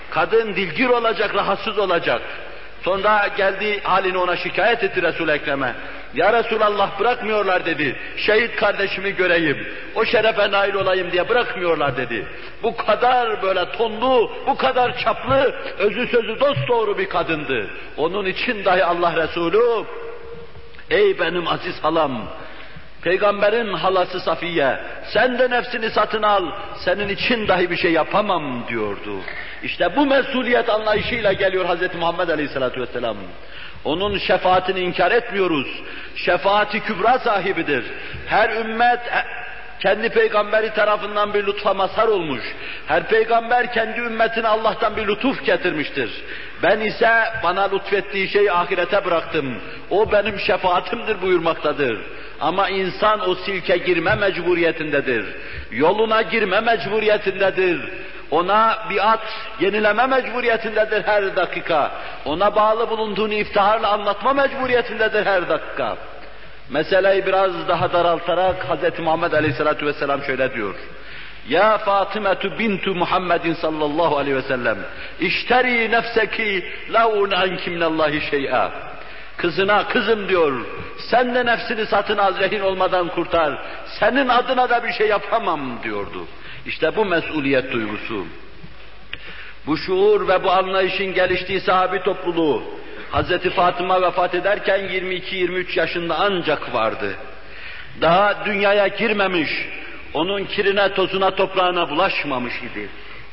Kadın dilgir olacak, rahatsız olacak. Sonra geldi halini ona şikayet etti Resul-i Ekrem'e. Ya Resulallah bırakmıyorlar dedi. Şehit kardeşimi göreyim, o şerefe nail olayım diye bırakmıyorlar dedi. Bu kadar böyle tonlu, bu kadar çaplı, özü sözü dosdoğru bir kadındı. Onun için dahi Allah Resulü, ey benim aziz halam, Peygamberin halası Safiye, sen de nefsini satın al, senin için dahi bir şey yapamam diyordu. İşte bu mesuliyet anlayışıyla geliyor Hz. Muhammed Aleyhisselatü Vesselam. Onun şefaatini inkar etmiyoruz. Şefaati kübra sahibidir. Her ümmet kendi peygamberi tarafından bir lütfa mazhar olmuş. Her peygamber kendi ümmetine Allah'tan bir lütuf getirmiştir. Ben ise bana lütfettiği şeyi ahirete bıraktım. O benim şefaatimdir buyurmaktadır. Ama insan o silke girme mecburiyetindedir. Yoluna girme mecburiyetindedir. Ona biat yenileme mecburiyetindedir her dakika. Ona bağlı bulunduğunu iftiharla anlatma mecburiyetindedir her dakika. Meseleyi biraz daha daraltarak Hz. Muhammed Aleyhisselatü Vesselam şöyle diyor. Ya Fatimetu bintu Muhammedin sallallahu aleyhi ve sellem, işteri nefseki la un'anki minallahi şey'a. Kızına, kızım diyor, sen de nefsini satın al, rehin olmadan kurtar. Senin adına da bir şey yapamam diyordu. İşte bu mesuliyet duygusu. Bu şuur ve bu anlayışın geliştiği sahabi topluluğu, Hazreti Fatıma vefat ederken yirmi iki yirmi üç yaşında ancak vardı. Daha dünyaya girmemiş, onun kirine, tozuna, toprağına bulaşmamış idi.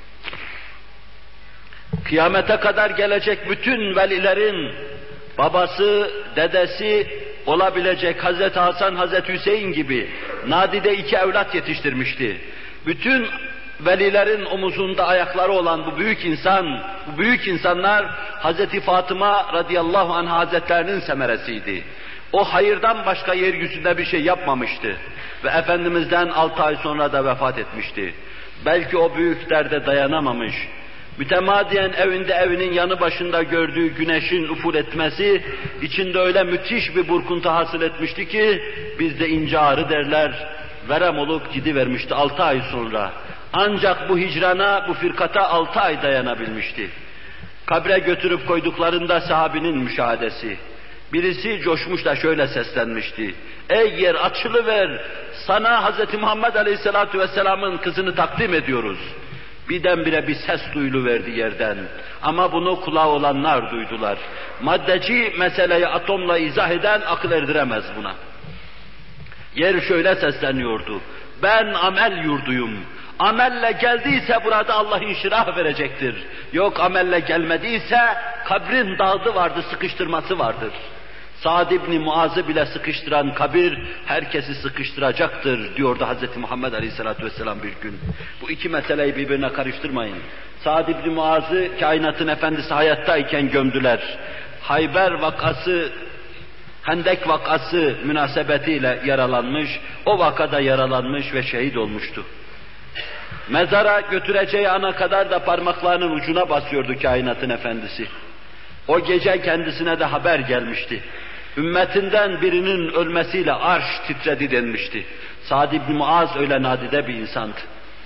Kıyamete kadar gelecek bütün velilerin babası, dedesi olabilecek Hazreti Hasan, Hazreti Hüseyin gibi nadide iki evlat yetiştirmişti. Bütün velilerin omuzunda ayakları olan bu büyük insan, bu büyük insanlar Hazreti Fatıma radıyallahu anh hazretlerinin semeresiydi. O hayırdan başka yeryüzünde bir şey yapmamıştı ve Efendimiz'den altı ay sonra da vefat etmişti. Belki o büyük derde dayanamamış, mütemadiyen evinde evinin yanı başında gördüğü güneşin uful etmesi içinde öyle müthiş bir burkuntu hasıl etmişti ki bizde ince ağrı derler, verem olup gidivermişti altı ay sonra. Ancak bu hicrana, bu firkata altı ay dayanabilmişti. Kabre götürüp koyduklarında sahabinin müşahadesi. Birisi coşmuş da şöyle seslenmişti. Ey yer açılıver, sana Hz. Muhammed Aleyhisselatü Vesselam'ın kızını takdim ediyoruz. Birdenbire bir ses duyuluverdi yerden. Ama bunu kulağı olanlar duydular. Maddeci meseleyi atomla izah eden akıl erdiremez buna. Yer şöyle sesleniyordu. Ben amel yurduyum. Amelle geldiyse burada Allah inşirah verecektir. Yok amelle gelmediyse kabrin dağdı vardır, sıkıştırması vardır. Sa'd ibn Muaz'ı bile sıkıştıran kabir herkesi sıkıştıracaktır diyordu Hz. Muhammed Aleyhisselatü Vesselam bir gün. Bu iki meseleyi birbirine karıştırmayın. Sa'd ibn Muaz'ı kainatın efendisi hayattayken gömdüler. Hayber vakası, Hendek vakası münasebetiyle yaralanmış, o vakada yaralanmış ve şehit olmuştu. Mezara götüreceği ana kadar da parmaklarının ucuna basıyordu kainatın efendisi. O gece kendisine de haber gelmişti. Ümmetinden birinin ölmesiyle arş titredi denmişti. Sa'd ibn Muaz öyle nadide bir insandı.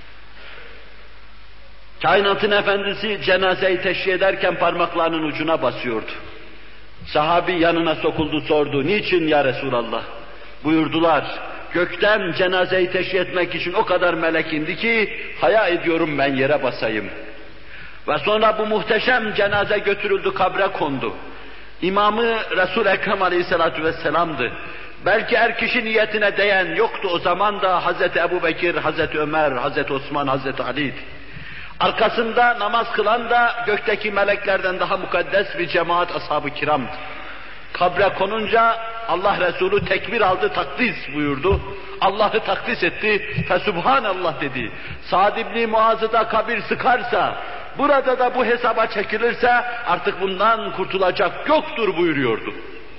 Kainatın efendisi cenazeyi teşhi ederken parmaklarının ucuna basıyordu. Sahabi yanına sokuldu, sordu, niçin ya Resulallah? Buyurdular, gökten cenazeyi teşhi etmek için o kadar melek indi ki haya ediyorum ben yere basayım. Ve sonra bu muhteşem cenaze götürüldü, kabre kondu. İmamı Resul-i Ekrem Aleyhisselatü Vesselam'dı. Belki er kişi niyetine değen yoktu o zaman da Hazreti Ebu Bekir, Hazreti Ömer, Hazreti Osman, Hazreti Ali'ydi. Arkasında namaz kılan da gökteki meleklerden daha mukaddes bir cemaat ashab-ı kiramdı. Kabre konunca Allah Resulü tekbir aldı, takdis buyurdu. Allah'ı takdis etti, Fesubhanallah dedi. Sa'd ibn Muaz'ı da kabir sıkarsa, burada da bu hesaba çekilirse artık bundan kurtulacak yoktur buyuruyordu.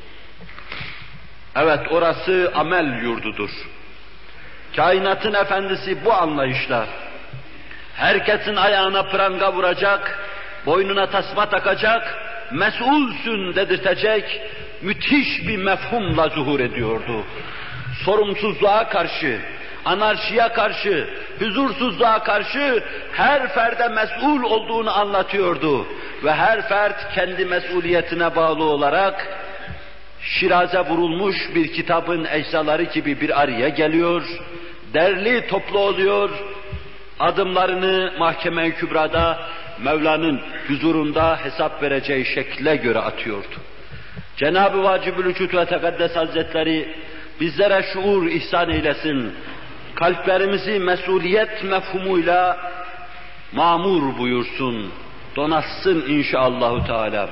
Evet, orası amel yurdudur. Kainatın efendisi bu anlayışla herkesin ayağına pranga vuracak, boynuna tasma takacak, mesulsün dedirtecek müthiş bir mefhumla zuhur ediyordu. Sorumsuzluğa karşı, anarşiye karşı, huzursuzluğa karşı her ferde mesul olduğunu anlatıyordu. Ve her fert kendi mesuliyetine bağlı olarak Şiraze vurulmuş bir kitabın eczaları gibi bir araya geliyor, derli toplu oluyor, adımlarını Mahkeme-i Kübra'da Mevla'nın huzurunda hesap vereceği şekle göre atıyordu. Cenab-ı Vacib-ül Vücud ve Tekaddes Hazretleri bizlere şuur ihsan eylesin, kalplerimizi mesuliyet mefhumuyla mamur buyursun, donatsın inşallahü teala.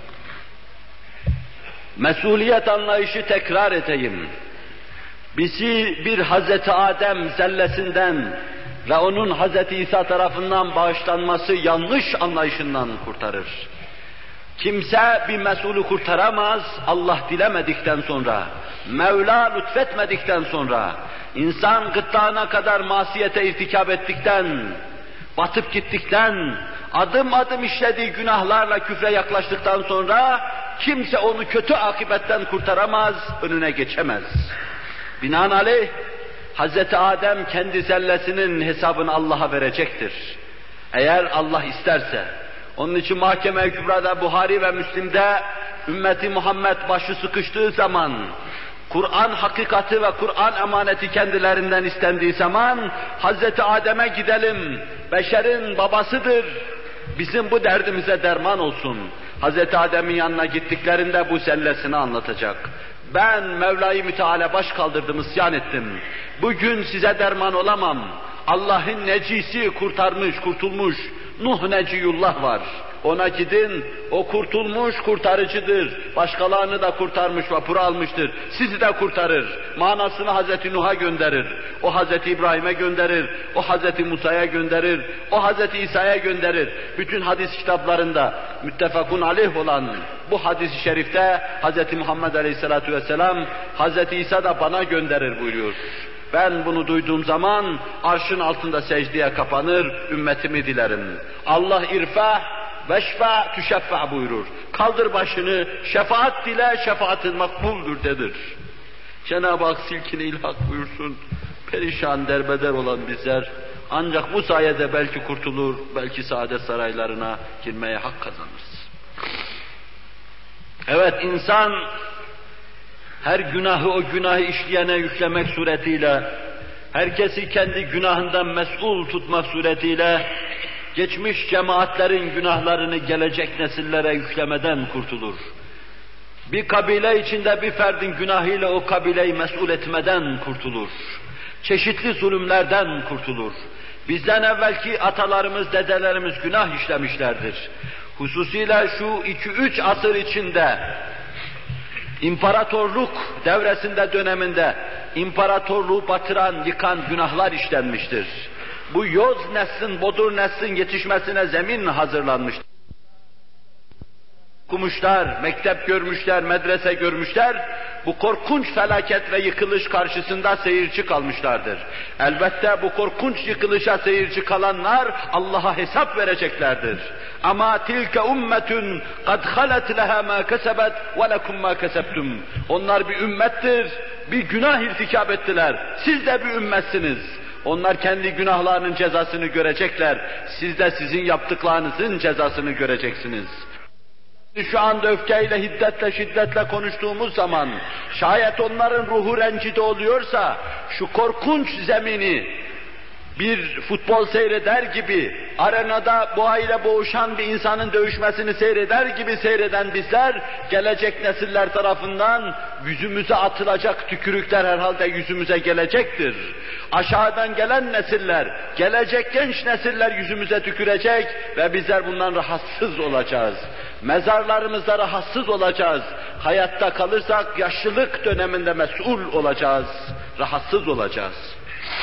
Mesuliyet anlayışı tekrar edeyim. Bizi bir Hazreti Adem zellesinden ve onun Hazreti İsa tarafından bağışlanması yanlış anlayışından kurtarır. Kimse bir mesulü kurtaramaz Allah dilemedikten sonra, Mevla lütfetmedikten sonra, insan gırtlağına kadar masiyete irtikab ettikten, batıp gittikten, adım adım işlediği günahlarla küfre yaklaştıktan sonra kimse onu kötü akibetten kurtaramaz, önüne geçemez. Binaenaleyh Hazreti Adem kendi zellesinin hesabını Allah'a verecektir. Eğer Allah isterse. Onun için Mahkeme-i Kübra'da, Buhari ve Müslim'de ümmeti Muhammed başı sıkıştığı zaman, Kur'an hakikati ve Kur'an emaneti kendilerinden istendiği zaman Hazreti Adem'e gidelim, beşerin babasıdır, bizim bu derdimize derman olsun. Hazreti Adem'in yanına gittiklerinde bu zellesini anlatacak. Ben Mevla-i Müteala baş kaldırdım, isyan ettim. Bugün size derman olamam. Allah'ın necisi kurtarmış, kurtulmuş. Nuh Neciyullah var. Ona gidin, o kurtulmuş, kurtarıcıdır. Başkalarını da kurtarmış, vapura almıştır. Sizi de kurtarır. Manasını Hazreti Nuh'a gönderir. O Hazreti İbrahim'e gönderir. O Hazreti Musa'ya gönderir. O Hazreti İsa'ya gönderir. Bütün hadis kitaplarında müttefakun aleyh olan bu hadis-i şerifte Hazreti Muhammed Aleyhisselatü Vesselam, Hazreti İsa da bana gönderir buyuruyor. Ben bunu duyduğum zaman arşın altında secdeye kapanır, ümmetimi dilerim. Allah irfa, veşfa, tüşeffa buyurur. Kaldır başını, şefaat dile, şefaatin makbuldür dedir. Cenab-ı Hak silkini ilhak buyursun. Perişan, derbeder olan bizler ancak bu sayede belki kurtulur, belki saadet saraylarına girmeye hak kazanırız. Evet, insan her günahı o günahı işleyene yüklemek suretiyle, herkesi kendi günahından mesul tutmak suretiyle, geçmiş cemaatlerin günahlarını gelecek nesillere yüklemeden kurtulur. Bir kabile içinde bir ferdin günahıyla o kabileyi mesul etmeden kurtulur. Çeşitli zulümlerden kurtulur. Bizden evvelki atalarımız, dedelerimiz günah işlemişlerdir. Hususiyle şu iki üç asır içinde, İmparatorluk devresinde, döneminde imparatorluğu batıran, yıkan günahlar işlenmiştir. Bu yoz neslin, bodur neslin yetişmesine zemin hazırlanmıştır. Okumuşlar, mektep görmüşler, medrese görmüşler, bu korkunç felaket ve yıkılış karşısında seyirci kalmışlardır. Elbette bu korkunç yıkılışa seyirci kalanlar Allah'a hesap vereceklerdir. Ama tilke ummetun kad halet leha ma kesebet ve lekum ma kesebtum. Onlar bir ümmettir, bir günah irtikab ettiler. Siz de bir ümmetsiniz. Onlar kendi günahlarının cezasını görecekler. Siz de sizin yaptıklarınızın cezasını göreceksiniz. Şu anda öfkeyle, hiddetle, şiddetle konuştuğumuz zaman, şayet onların ruhu rencide oluyorsa, şu korkunç zemini bir futbol seyreder gibi, arenada boğayla boğuşan bir insanın dövüşmesini seyreder gibi seyreden bizler, gelecek nesiller tarafından yüzümüze atılacak tükürükler herhalde yüzümüze gelecektir. Aşağıdan gelen nesiller, gelecek genç nesiller yüzümüze tükürecek ve bizler bundan rahatsız olacağız. Mezarlarımızda rahatsız olacağız. Hayatta kalırsak yaşlılık döneminde mesul olacağız. Rahatsız olacağız.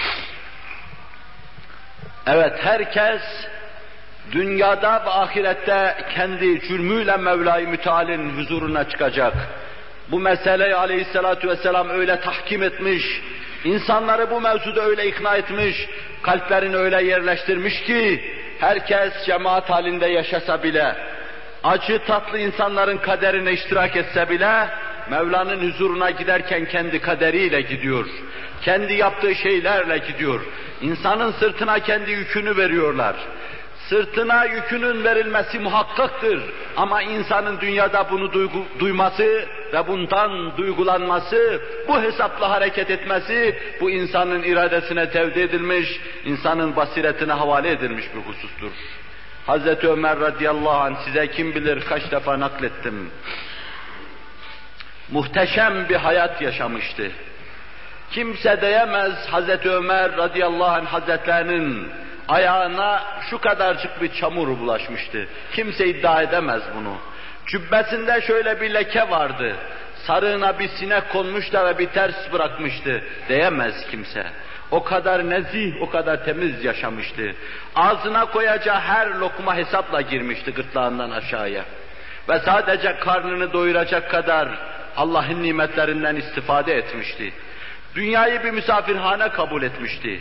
Evet, herkes dünyada ve ahirette kendi cürmüyle Mevla-i Müteala'nın huzuruna çıkacak. Bu meseleyi Aleyhisselatü Vesselam öyle tahkim etmiş, insanları bu mevzuda öyle ikna etmiş, kalplerini öyle yerleştirmiş ki herkes cemaat halinde yaşasa bile, acı tatlı insanların kaderine iştirak etse bile, Mevla'nın huzuruna giderken kendi kaderiyle gidiyor. Kendi yaptığı şeylerle gidiyor. İnsanın sırtına kendi yükünü veriyorlar. Sırtına yükünün verilmesi muhakkaktır. Ama insanın dünyada bunu duygu, duyması ve bundan duygulanması, bu hesapla hareket etmesi, bu insanın iradesine tevdi edilmiş, insanın basiretine havale edilmiş bir husustur. Hazreti Ömer radıyallahu anh size kim bilir kaç defa naklettim. Muhteşem bir hayat yaşamıştı. Kimse diyemez Hazreti Ömer radıyallahu anh hazretlerinin ayağına şu kadarcık bir çamur bulaşmıştı. Kimse iddia edemez bunu. Cübbesinde şöyle bir leke vardı. Sarığına bir sinek konmuş da ve bir ters bırakmıştı. Diyemez kimse. O kadar nezih, o kadar temiz yaşamıştı. Ağzına koyacağı her lokma hesapla girmişti gırtlağından aşağıya. Ve sadece karnını doyuracak kadar Allah'ın nimetlerinden istifade etmişti. Dünyayı bir misafirhane kabul etmişti.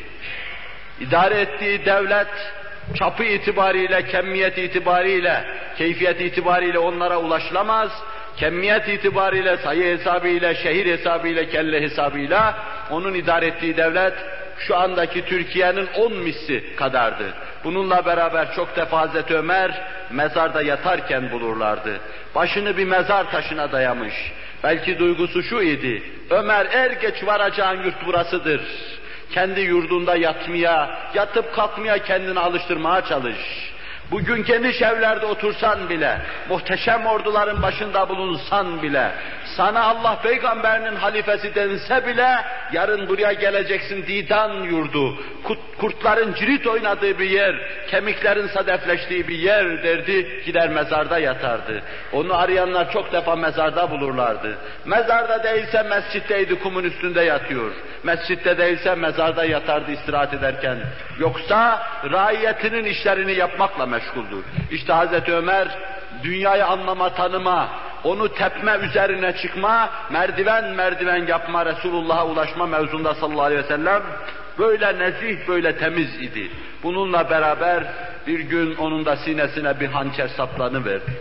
İdare ettiği devlet, çapı itibariyle, kemmiyet itibariyle, keyfiyet itibariyle onlara ulaşılamaz. Kemmiyet itibariyle, sayı hesabıyla, şehir hesabıyla, kelle hesabıyla onun idare ettiği devlet şu andaki Türkiye'nin on misli kadardı. Bununla beraber çok defa Hazreti Ömer mezarda yatarken bulurlardı. Başını bir mezar taşına dayamış. Belki duygusu şu idi: Ömer er geç varacağın yurt burasıdır. Kendi yurdunda yatmaya, yatıp kalkmaya kendini alıştırmaya çalış. Bugün geniş evlerde otursan bile, muhteşem orduların başında bulunsan bile, sana Allah peygamberinin halifesi dense bile, yarın buraya geleceksin Didan yurdu, kurtların cirit oynadığı bir yer, kemiklerin sadefleştiği bir yer derdi, gider mezarda yatardı. Onu arayanlar çok defa mezarda bulurlardı. Mezarda değilse mescitteydi, kumun üstünde yatıyor. Mescitte değilse mezarda yatardı istirahat ederken. Yoksa raiyetinin işlerini yapmakla meşguldür. İşte Hazreti Ömer, dünyayı anlama, tanıma, onu tepme, üzerine çıkma, merdiven merdiven yapma, Resulullah'a ulaşma mevzunda sallallahu aleyhi ve sellem böyle nezih, böyle temiz idi. Bununla beraber bir gün onun da sinesine bir hançer saplanıverdi.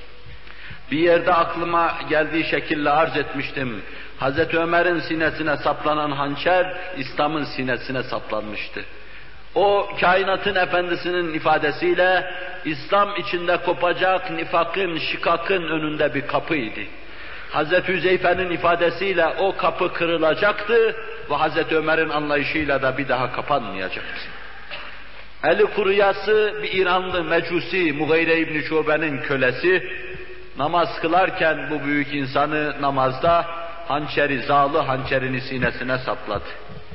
Bir yerde aklıma geldiği şekilde arz etmiştim. Hazreti Ömer'in sinesine saplanan hançer, İslam'ın sinesine saplanmıştı. O kainatın efendisinin ifadesiyle İslam içinde kopacak nifakın, şikakın önünde bir kapıydı. Hazreti Hüzeyfe'nin ifadesiyle o kapı kırılacaktı ve Hazreti Ömer'in anlayışıyla da bir daha kapanmayacaktı. Eli kuruyası bir İranlı mecusi, Mughire İbni Şube'nin kölesi, namaz kılarken bu büyük insanı namazda hançeri, zağlı hançerini sinesine sapladı.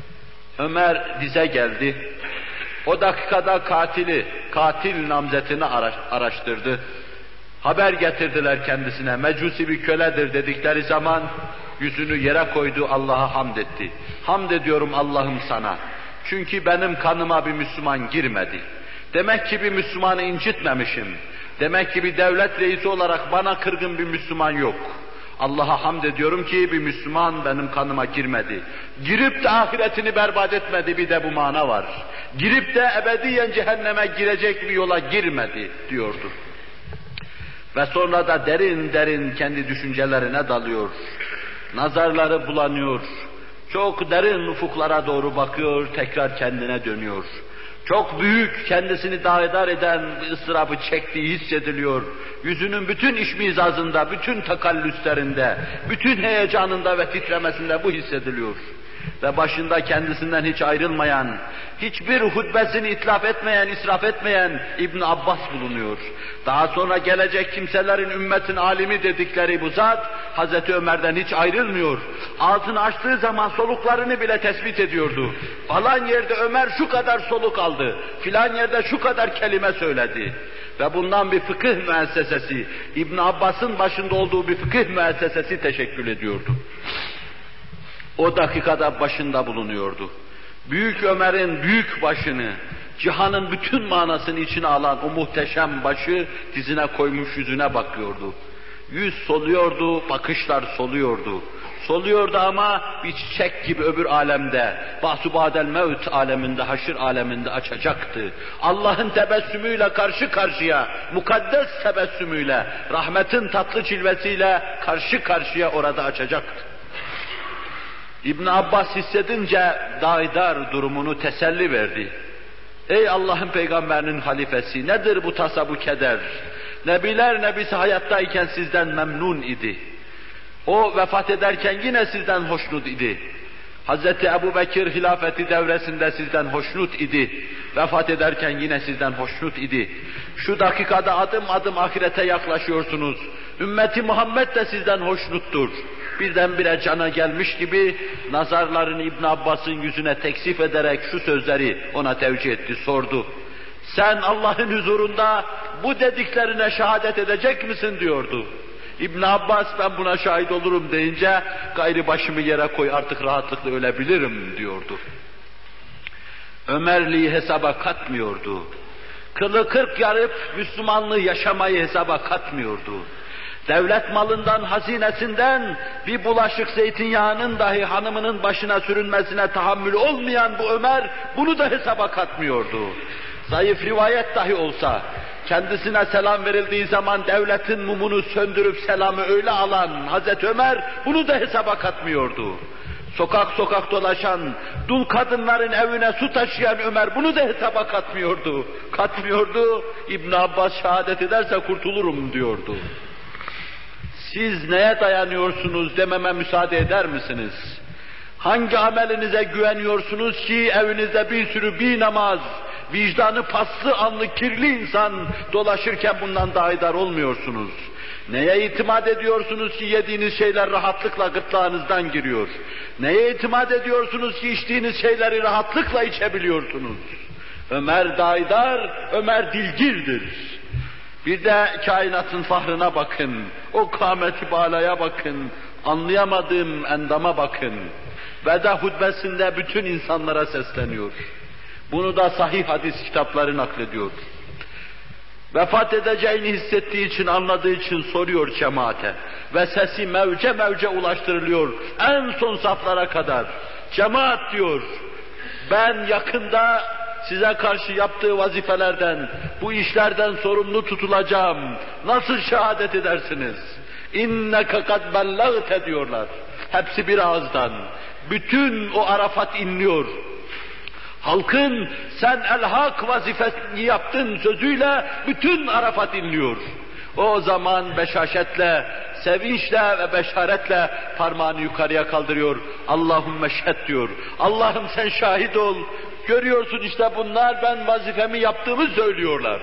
Ömer dize geldi. O dakikada katili, katil namzetini araştırdı. Haber getirdiler kendisine, mecusi bir köledir dedikleri zaman yüzünü yere koydu, Allah'a hamd etti. Hamd ediyorum Allah'ım sana. Çünkü benim kanıma bir Müslüman girmedi. Demek ki bir Müslümanı incitmemişim. Demek ki bir devlet reisi olarak bana kırgın bir Müslüman yok. Allah'a hamd ediyorum ki bir Müslüman benim kanıma girmedi. Girip de ahiretini berbat etmedi, bir de bu mana var. Girip de ebediyen cehenneme girecek bir yola girmedi diyordu. Ve sonra da derin derin kendi düşüncelerine dalıyor. Nazarları bulanıyor. Çok derin ufuklara doğru bakıyor, tekrar kendine dönüyor. Çok büyük, kendisini dağedar eden bir ıstırabı çektiği hissediliyor. Yüzünün bütün işmizazında, bütün takallüslerinde, bütün heyecanında ve titremesinde bu hissediliyor. Ve başında kendisinden hiç ayrılmayan, hiçbir hutbesini itlaf etmeyen, israf etmeyen İbn Abbas bulunuyor. Daha sonra gelecek kimselerin ümmetin alimi dedikleri bu zat, Hazreti Ömer'den hiç ayrılmıyor. Ağzını açtığı zaman soluklarını bile tespit ediyordu. Falan yerde Ömer şu kadar soluk aldı, filan yerde şu kadar kelime söyledi. Ve bundan bir fıkıh müessesesi, İbn Abbas'ın başında olduğu bir fıkıh müessesesi teşekkül ediyordu. O dakikada başında bulunuyordu. Büyük Ömer'in büyük başını, cihanın bütün manasını içine alan o muhteşem başı dizine koymuş yüzüne bakıyordu. Yüz soluyordu, bakışlar soluyordu. Soluyordu ama bir çiçek gibi öbür alemde, bahsu badel mevt aleminde, haşr aleminde açacaktı. Allah'ın tebessümüyle karşı karşıya, mukaddes tebessümüyle, rahmetin tatlı cilvesiyle karşı karşıya orada açacaktı. İbn Abbas hissedince daidar durumunu teselli verdi. Ey Allah'ın peygamberinin halifesi, nedir bu tasa, bu keder? Nebiler nebisi hayattayken sizden memnun idi. O vefat ederken yine sizden hoşnut idi. Hazreti Ebu Bekir hilafeti devresinde sizden hoşnut idi. Vefat ederken yine sizden hoşnut idi. Şu dakikada adım adım ahirete yaklaşıyorsunuz. Ümmeti Muhammed de sizden hoşnuttur. Birdenbire cana gelmiş gibi nazarlarını İbn Abbas'ın yüzüne teksif ederek şu sözleri ona tevcih etti, sordu. Sen Allah'ın huzurunda bu dediklerine şehadet edecek misin diyordu. İbn Abbas ben buna şahit olurum deyince gayri başımı yere koy artık rahatlıkla ölebilirim diyordu. Ömerliği hesaba katmıyordu. Kılı kırk yarıp Müslümanlığı yaşamayı hesaba katmıyordu. Devlet malından, hazinesinden bir bulaşık zeytinyağının dahi hanımının başına sürünmesine tahammül olmayan bu Ömer bunu da hesaba katmıyordu. Zayıf rivayet dahi olsa, kendisine selam verildiği zaman devletin mumunu söndürüp selamı öyle alan Hazreti Ömer bunu da hesaba katmıyordu. Sokak sokak dolaşan, dul kadınların evine su taşıyan Ömer bunu da hesaba katmıyordu. Katmıyordu, İbn Abbas şehadet ederse kurtulurum diyordu. Siz neye dayanıyorsunuz dememe müsaade eder misiniz? Hangi amelinize güveniyorsunuz ki evinizde bir sürü bir namaz, vicdanı paslı, alnı kirli insan dolaşırken bundan daidar olmuyorsunuz? Neye itimat ediyorsunuz ki yediğiniz şeyler rahatlıkla gırtlağınızdan giriyor? Neye itimat ediyorsunuz ki içtiğiniz şeyleri rahatlıkla içebiliyorsunuz? Ömer daidar, Ömer dilgirdir. Bir de kainatın fahrına bakın, o kâmet-i bâlaya bakın, anlayamadığım endama bakın. Veda hutbesinde bütün insanlara sesleniyor. Bunu da sahih hadis kitapları naklediyor. Vefat edeceğini hissettiği için, anladığı için soruyor cemaate. Ve sesi mevce mevce ulaştırılıyor en son saflara kadar. Cemaat diyor, ben yakında size karşı yaptığı vazifelerden, bu işlerden sorumlu tutulacağım. Nasıl şehadet edersiniz? İnneke kad bellagte diyorlar. Hepsi bir ağızdan. Bütün o Arafat inliyor. Halkın sen el-hak vazifesini yaptın sözüyle bütün Arafat inliyor. O zaman beşaşetle, sevinçle ve beşaretle parmağını yukarıya kaldırıyor. Allahümme şehd diyor. Allah'ım sen şahit ol. Görüyorsun işte bunlar ben vazifemi yaptığımı söylüyorlar.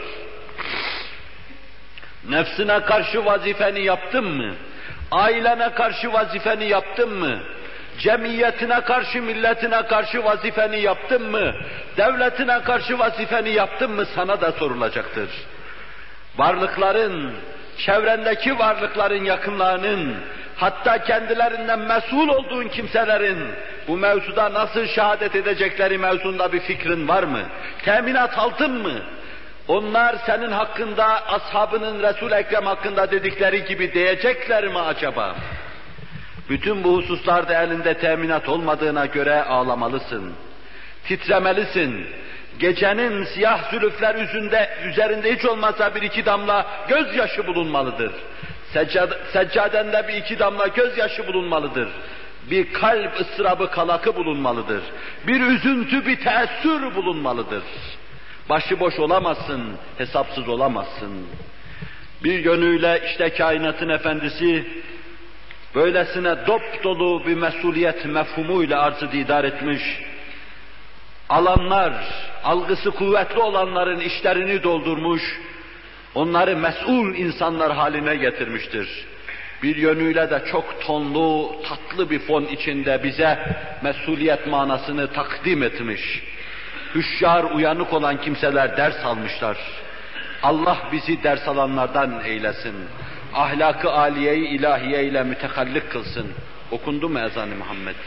Nefsine karşı vazifeni yaptın mı? Ailene karşı vazifeni yaptın mı? Cemiyetine karşı, milletine karşı vazifeni yaptın mı? Devletine karşı vazifeni yaptın mı? Sana da sorulacaktır. Varlıkların, çevrendeki varlıkların, yakınlarının, hatta kendilerinden mesul olduğun kimselerin bu mevzuda nasıl şehadet edecekleri mevzunda bir fikrin var mı? Teminat aldın mı? Onlar senin hakkında, ashabının Resul-i Ekrem hakkında dedikleri gibi diyecekler mi acaba? Bütün bu hususlarda elinde teminat olmadığına göre ağlamalısın. Titremelisin. Gecenin siyah zülüfler yüzünde, üzerinde hiç olmazsa bir iki damla gözyaşı bulunmalıdır. Seccad, seccadende bir iki damla gözyaşı bulunmalıdır. Bir kalp ıstırabı kalakı bulunmalıdır. Bir üzüntü, bir teessür bulunmalıdır. Başıboş olamazsın, hesapsız olamazsın. Bir yönüyle işte kainatın efendisi, böylesine dop dolu bir mesuliyet mefhumuyla arzı didar etmiş, alanlar, algısı kuvvetli olanların işlerini doldurmuş, onları mesul insanlar haline getirmiştir. Bir yönüyle de çok tonlu, tatlı bir fon içinde bize mesuliyet manasını takdim etmiş. Hüşyar, uyanık olan kimseler ders almışlar. Allah bizi ders alanlardan eylesin. Ahlak-ı âliye-i ilahiye ile mütehallik kılsın. Okundu mu ezan-ı Muhammed?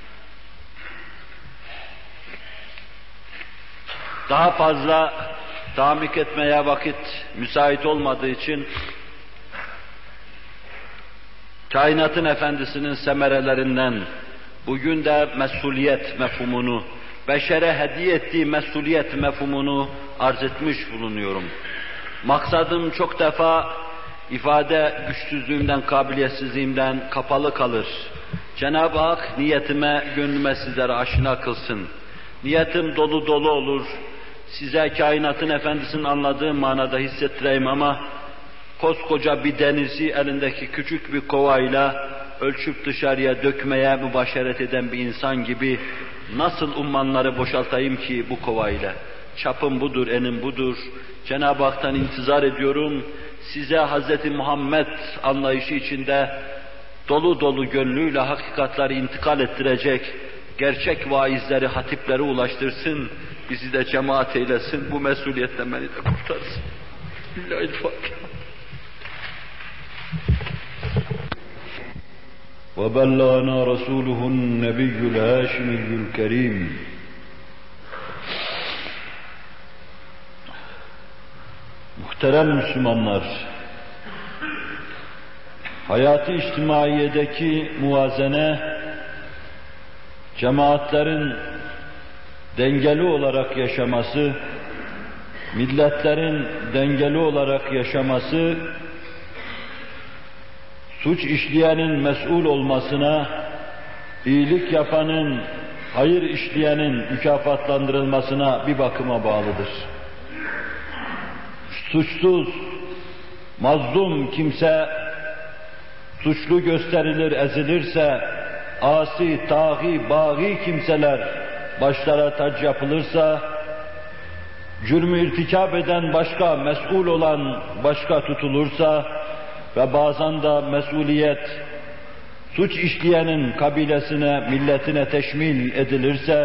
Daha fazla tamik etmeye vakit müsait olmadığı için kainatın efendisinin semerelerinden bugün de mesuliyet mefhumunu, beşere hediye ettiği mesuliyet mefhumunu arz etmiş bulunuyorum. Maksadım çok defa ifade güçsüzlüğümden, kabiliyetsizliğimden kapalı kalır. Cenab-ı Hak niyetime, gönlüme sizlere aşina kılsın. Niyetim dolu dolu olur. Size kainatın efendisinin anladığı manada hissettireyim ama koskoca bir denizi elindeki küçük bir kovayla ölçüp dışarıya dökmeye mübaşeret eden bir insan gibi nasıl ummanları boşaltayım ki bu kovayla? Çapım budur, enim budur. Cenab-ı Hak'tan intizar ediyorum. Size Hz. Muhammed anlayışı içinde dolu dolu gönlüyle hakikatleri intikal ettirecek, gerçek vaizleri, hatipleri ulaştırsın, bizi de cemaat eylesin, bu mesuliyetten beni de kurtarsın. Bismillahirrahmanirrahim. وَبَلَّغَنَا رَسُولُهُ النَّبِيُّ الْهَاشِمِيُّ الْكَرِيمُ. Muhterem Müslümanlar, hayatı içtimaiyedeki muvazene, cemaatlerin dengeli olarak yaşaması, milletlerin dengeli olarak yaşaması, suç işleyenin mesul olmasına, iyilik yapanın, hayır işleyenin mükafatlandırılmasına bir bakıma bağlıdır. Suçsuz, mazlum kimse suçlu gösterilir, ezilirse, asi, taği, bağî kimseler başlara tac yapılırsa, cürmü irtikab eden başka, mesul olan başka tutulursa ve bazen de mesuliyet suç işleyenin kabilesine, milletine teşmil edilirse,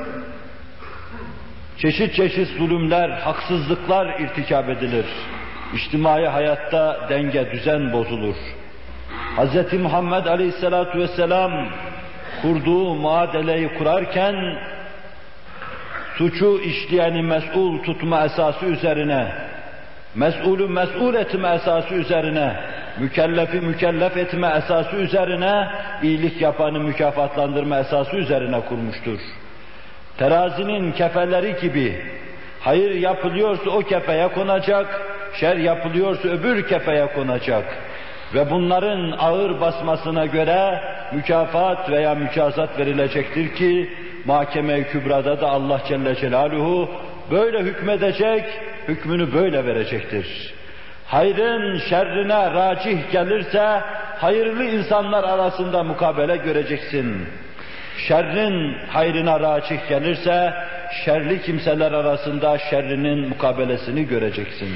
çeşit çeşit zulümler, haksızlıklar irtikab edilir. İçtimai hayatta denge, düzen bozulur. Hz. Muhammed Aleyhisselatü Vesselam kurduğu muadeleyi kurarken, suçu işleyeni mes'ul tutma esası üzerine, mes'ulü mes'ul etme esası üzerine, mükellefi mükellef etme esası üzerine, iyilik yapanı mükafatlandırma esası üzerine kurmuştur. Terazinin kefeleri gibi, hayır yapılıyorsa o kefeye konacak, şer yapılıyorsa öbür kefeye konacak. Ve bunların ağır basmasına göre mükafat veya mükazat verilecektir ki, Mahkeme-i Kübra'da da Allah Celle Celaluhu böyle hükmedecek, hükmünü böyle verecektir. Hayrın şerrine racih gelirse, hayırlı insanlar arasında mukabele göreceksin. Şerrin hayrına racih gelirse, şerli kimseler arasında şerrinin mukabelesini göreceksin.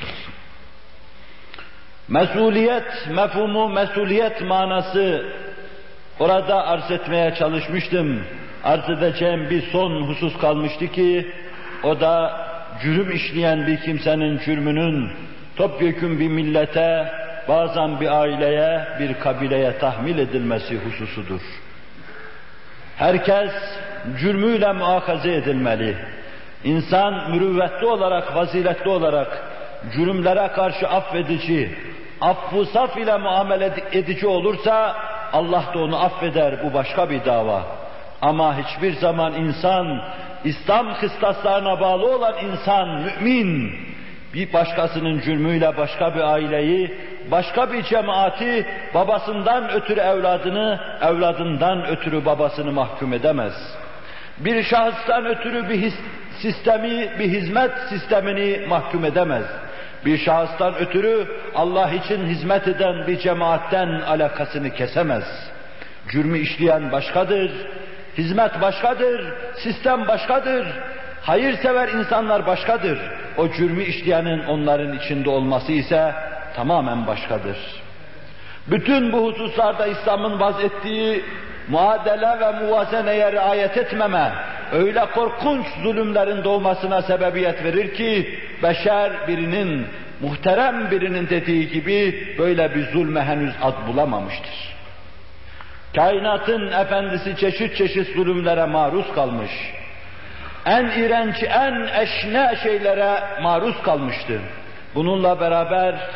Mesuliyet mefhumu, mesuliyet manası orada arz etmeye çalışmıştım. Arz edeceğim bir son husus kalmıştı ki, o da cürüm işleyen bir kimsenin cürmünün topyekün bir millete, bazen bir aileye, bir kabileye tahmil edilmesi hususudur. Herkes cürmüyle muakaze edilmeli. İnsan mürüvvetli olarak, faziletli olarak cürümlere karşı affedici, affı saf ile muamele edici olursa Allah da onu affeder, bu başka bir dava. Ama hiçbir zaman insan, İslam kıstaslarına bağlı olan insan, mümin, bir başkasının cürmüyle başka bir aileyi, başka bir cemaati, babasından ötürü evladını, evladından ötürü babasını mahkum edemez. Bir şahıstan ötürü bir his, sistemi, bir hizmet sistemini mahkum edemez. Bir şahıstan ötürü Allah için hizmet eden bir cemaatten alakasını kesemez. Cürmü işleyen başkadır, hizmet başkadır, sistem başkadır, hayırsever insanlar başkadır. O cürmü işleyenin onların içinde olması ise tamamen başkadır. Bütün bu hususlarda İslam'ın vazettiği muadele ve muvazeneye riayet etmeme, öyle korkunç zulümlerin doğmasına sebebiyet verir ki, beşer birinin, muhterem birinin dediği gibi böyle bir zulme henüz ad bulamamıştır. Kainatın efendisi çeşit çeşit zulümlere maruz kalmış. En iğrenç, en eşne şeylere maruz kalmıştı. Bununla beraber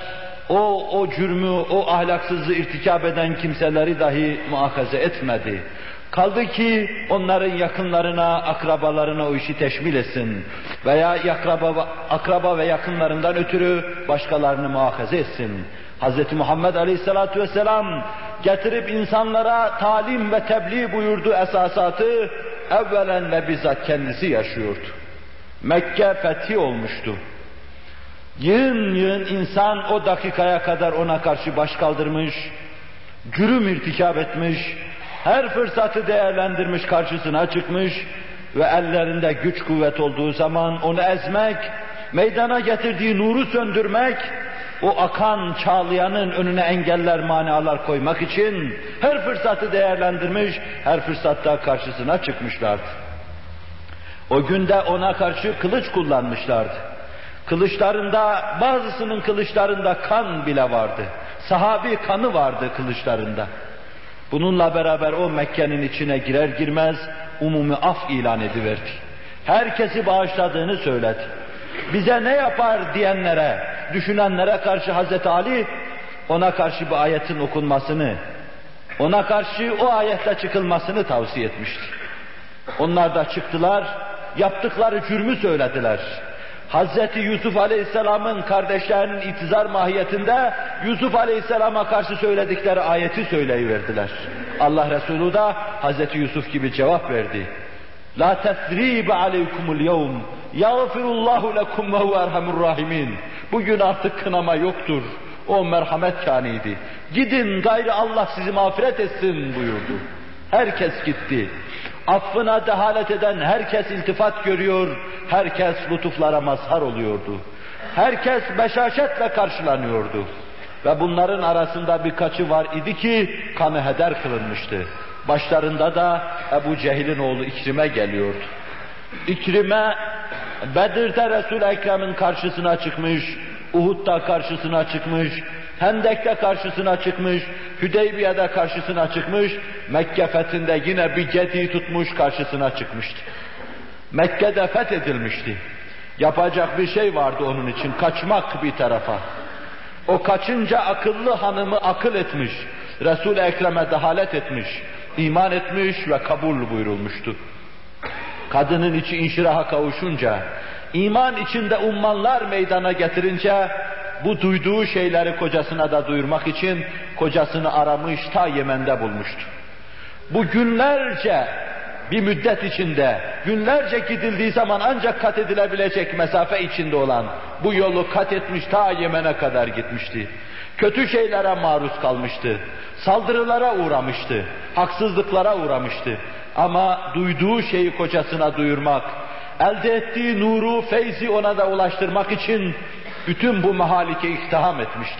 O, o cürmü, o ahlaksızlığı irtikab eden kimseleri dahi muahaze etmedi. Kaldı ki onların yakınlarına, akrabalarına o işi teşmil etsin. Veya akraba, akraba ve yakınlarından ötürü başkalarını muahaze etsin. Hz. Muhammed Aleyhisselatü Vesselam getirip insanlara talim ve tebliğ buyurduğu esasatı evvelen ve bizzat kendisi yaşıyordu. Mekke fethi olmuştu. Yığın yığın insan o dakikaya kadar ona karşı baş kaldırmış, cürüm irtikab etmiş, her fırsatı değerlendirmiş, karşısına çıkmış ve ellerinde güç kuvvet olduğu zaman onu ezmek, meydana getirdiği nuru söndürmek, o akan çağlayanın önüne engeller, manalar koymak için her fırsatı değerlendirmiş, her fırsatta karşısına çıkmışlardı. O günde ona karşı kılıç kullanmışlardı. Kılıçlarında, bazısının kılıçlarında kan bile vardı. Sahabi kanı vardı kılıçlarında. Bununla beraber o Mekke'nin içine girer girmez umumi af ilan ediverdi. Herkesi bağışladığını söyledi. Bize ne yapar diyenlere, düşünenlere karşı Hazreti Ali ona karşı bu ayetin okunmasını, ona karşı o ayette çıkılmasını tavsiye etmişti. Onlar da çıktılar, yaptıkları cürmü söylediler. Hazreti Yusuf Aleyhisselam'ın kardeşlerinin itizar mahiyetinde Yusuf Aleyhisselam'a karşı söyledikleri ayeti söyleyiverdiler. Allah Resulü da Hazreti Yusuf gibi cevap verdi. La tesribe aleykumul yevm yağfirullahu lekum ve huve erhamur rahimin. Bugün artık kınama yoktur. O merhamet kâniydi. Gidin gayrı Allah sizi mağfiret etsin buyurdu. Herkes gitti. Affına dehalet eden herkes iltifat görüyor, herkes lütuflara mazhar oluyordu. Herkes beşaşetle karşılanıyordu. Ve bunların arasında birkaçı var idi ki kanı heder kılınmıştı. Başlarında da Ebu Cehil'in oğlu İkrim'e geliyordu. İkrim'e Bedir'de Resul-i Ekrem'in karşısına çıkmış, Uhud'da karşısına çıkmış, Hendek'te karşısına çıkmış, Hüdeybiye'de karşısına çıkmış, Mekke fethinde yine bir gediği tutmuş karşısına çıkmıştı. Mekke'de fethedilmişti. Yapacak bir şey vardı onun için, kaçmak bir tarafa. O kaçınca akıllı hanımı akıl etmiş, Resul-i Ekrem'e dehalet etmiş, iman etmiş ve kabul buyurulmuştu. Kadının içi inşiraha kavuşunca, iman içinde ummanlar meydana getirince, bu duyduğu şeyleri kocasına da duyurmak için kocasını aramış, ta Yemen'de bulmuştu. Bu günlerce bir müddet içinde, günlerce gidildiği zaman ancak kat edilebilecek mesafe içinde olan bu yolu kat etmiş, ta Yemen'e kadar gitmişti. Kötü şeylere maruz kalmıştı, saldırılara uğramıştı, haksızlıklara uğramıştı. Ama duyduğu şeyi kocasına duyurmak, elde ettiği nuru, feyzi ona da ulaştırmak için bütün bu mahalike iktiham etmişti.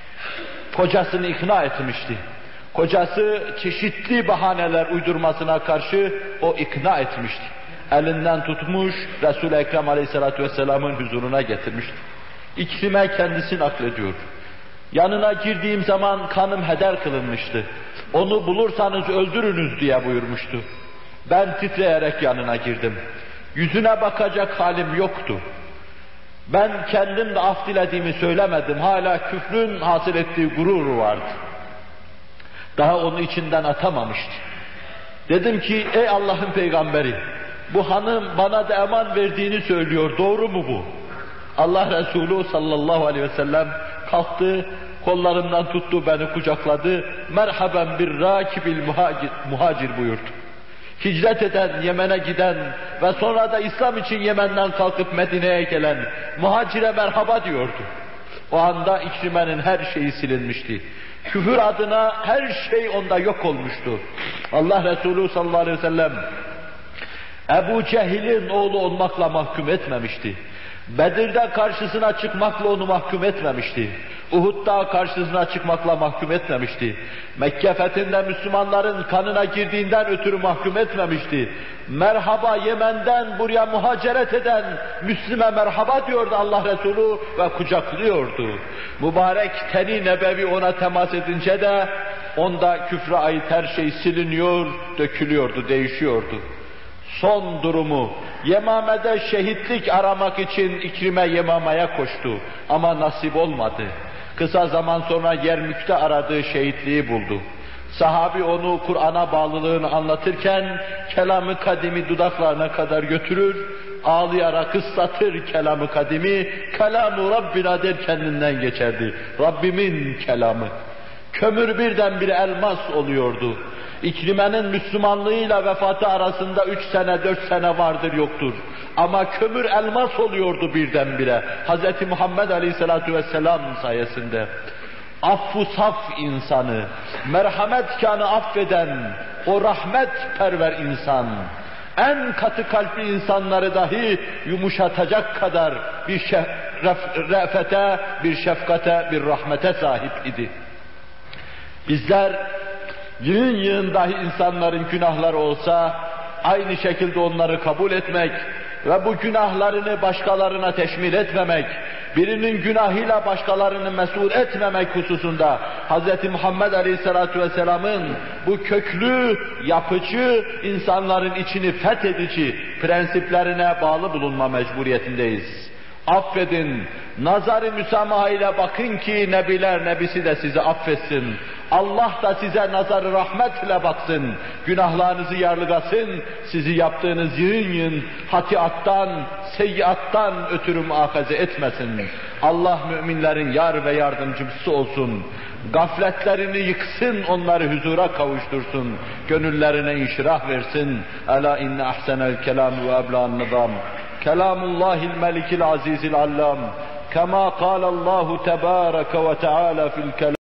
Kocasını ikna etmişti. Kocası çeşitli bahaneler uydurmasına karşı o ikna etmişti. Elinden tutmuş, Resul-i Ekrem Aleyhisselatü Vesselam'ın huzuruna getirmişti. İkrime kendisi naklediyor. Yanına girdiğim zaman kanım heder kılınmıştı. Onu bulursanız öldürünüz diye buyurmuştu. Ben titreyerek yanına girdim. Yüzüne bakacak halim yoktu. Ben kendim de af dilediğimi söylemedim. Hala küfrün hasıl ettiği gururu vardı. Daha onu içinden atamamıştı. Dedim ki ey Allah'ın peygamberi, bu hanım bana da eman verdiğini söylüyor, doğru mu bu? Allah Resulü sallallahu aleyhi ve sellem kalktı, kollarımdan tuttu, beni kucakladı. Merhaben bir rakibil muhacir, muhacir buyurdu. Hicret eden, Yemen'e giden ve sonra da İslam için Yemen'den kalkıp Medine'ye gelen muhacire merhaba diyordu. O anda İkrime'nin her şeyi silinmişti. Küfür adına her şey onda yok olmuştu. Allah Resulü sallallahu aleyhi ve sellem Ebu Cehil'in oğlu olmakla mahkum etmemişti. Bedir'de karşısına çıkmakla onu mahkum etmemişti. Uhud'da karşısına çıkmakla mahkum etmemişti. Mekke fethinde Müslümanların kanına girdiğinden ötürü mahkum etmemişti. Merhaba Yemen'den buraya muhaceret eden Müslüme merhaba diyordu Allah Resulü ve kucaklıyordu. Mübarek teni nebevi ona temas edince de onda küfre ait her şey siliniyor, dökülüyordu, değişiyordu. Son durumu, Yemame'de şehitlik aramak için İkrime Yemame'ye koştu ama nasip olmadı. Kısa zaman sonra Yermük'te aradığı şehitliği buldu. Sahabi onu Kur'an'a bağlılığını anlatırken kelamı kadimi dudaklarına kadar götürür, ağlayarak ıslatır kelamı kadimi, kelamı Rabbina der kendinden geçerdi. Rabbimin kelamı. Kömür birdenbire elmas oluyordu. İkrime'nin Müslümanlığıyla vefatı arasında üç sene, dört sene vardır yoktur. Ama kömür elmas oluyordu birdenbire. Hz. Muhammed Aleyhisselatü Vesselam sayesinde. Affu saf insanı, merhametkanı affeden, o rahmetperver insan, en katı kalpli insanları dahi yumuşatacak kadar bir re'fete, bir şefkate, bir rahmete sahip idi. Bizler yığın yığın dahi insanların günahları olsa, aynı şekilde onları kabul etmek ve bu günahlarını başkalarına teşmil etmemek, birinin günahıyla başkalarını mesul etmemek hususunda Hz. Muhammed Aleyhisselatü Vesselam'ın bu köklü, yapıcı, insanların içini fethedici prensiplerine bağlı bulunma mecburiyetindeyiz. Affedin, nazar-ı müsamaha ile bakın ki Nebiler Nebisi de sizi affetsin. Allah da size nazar-ı rahmetle baksın, günahlarınızı yarlıgasın, sizi yaptığınız yığın yığın hatiattan, seyyiattan ötürü muahaze etmesin. Allah müminlerin yar ve yardımcısı olsun. Gafletlerini yıksın, onları huzura kavuştursun. Gönüllerine inşirah versin. Ela inne ahsenel kelam ve ebla'n nizam. Kelamullahil melikil azizil allam. Kema kâlallahu tebâreke ve teâlâ fil kelam.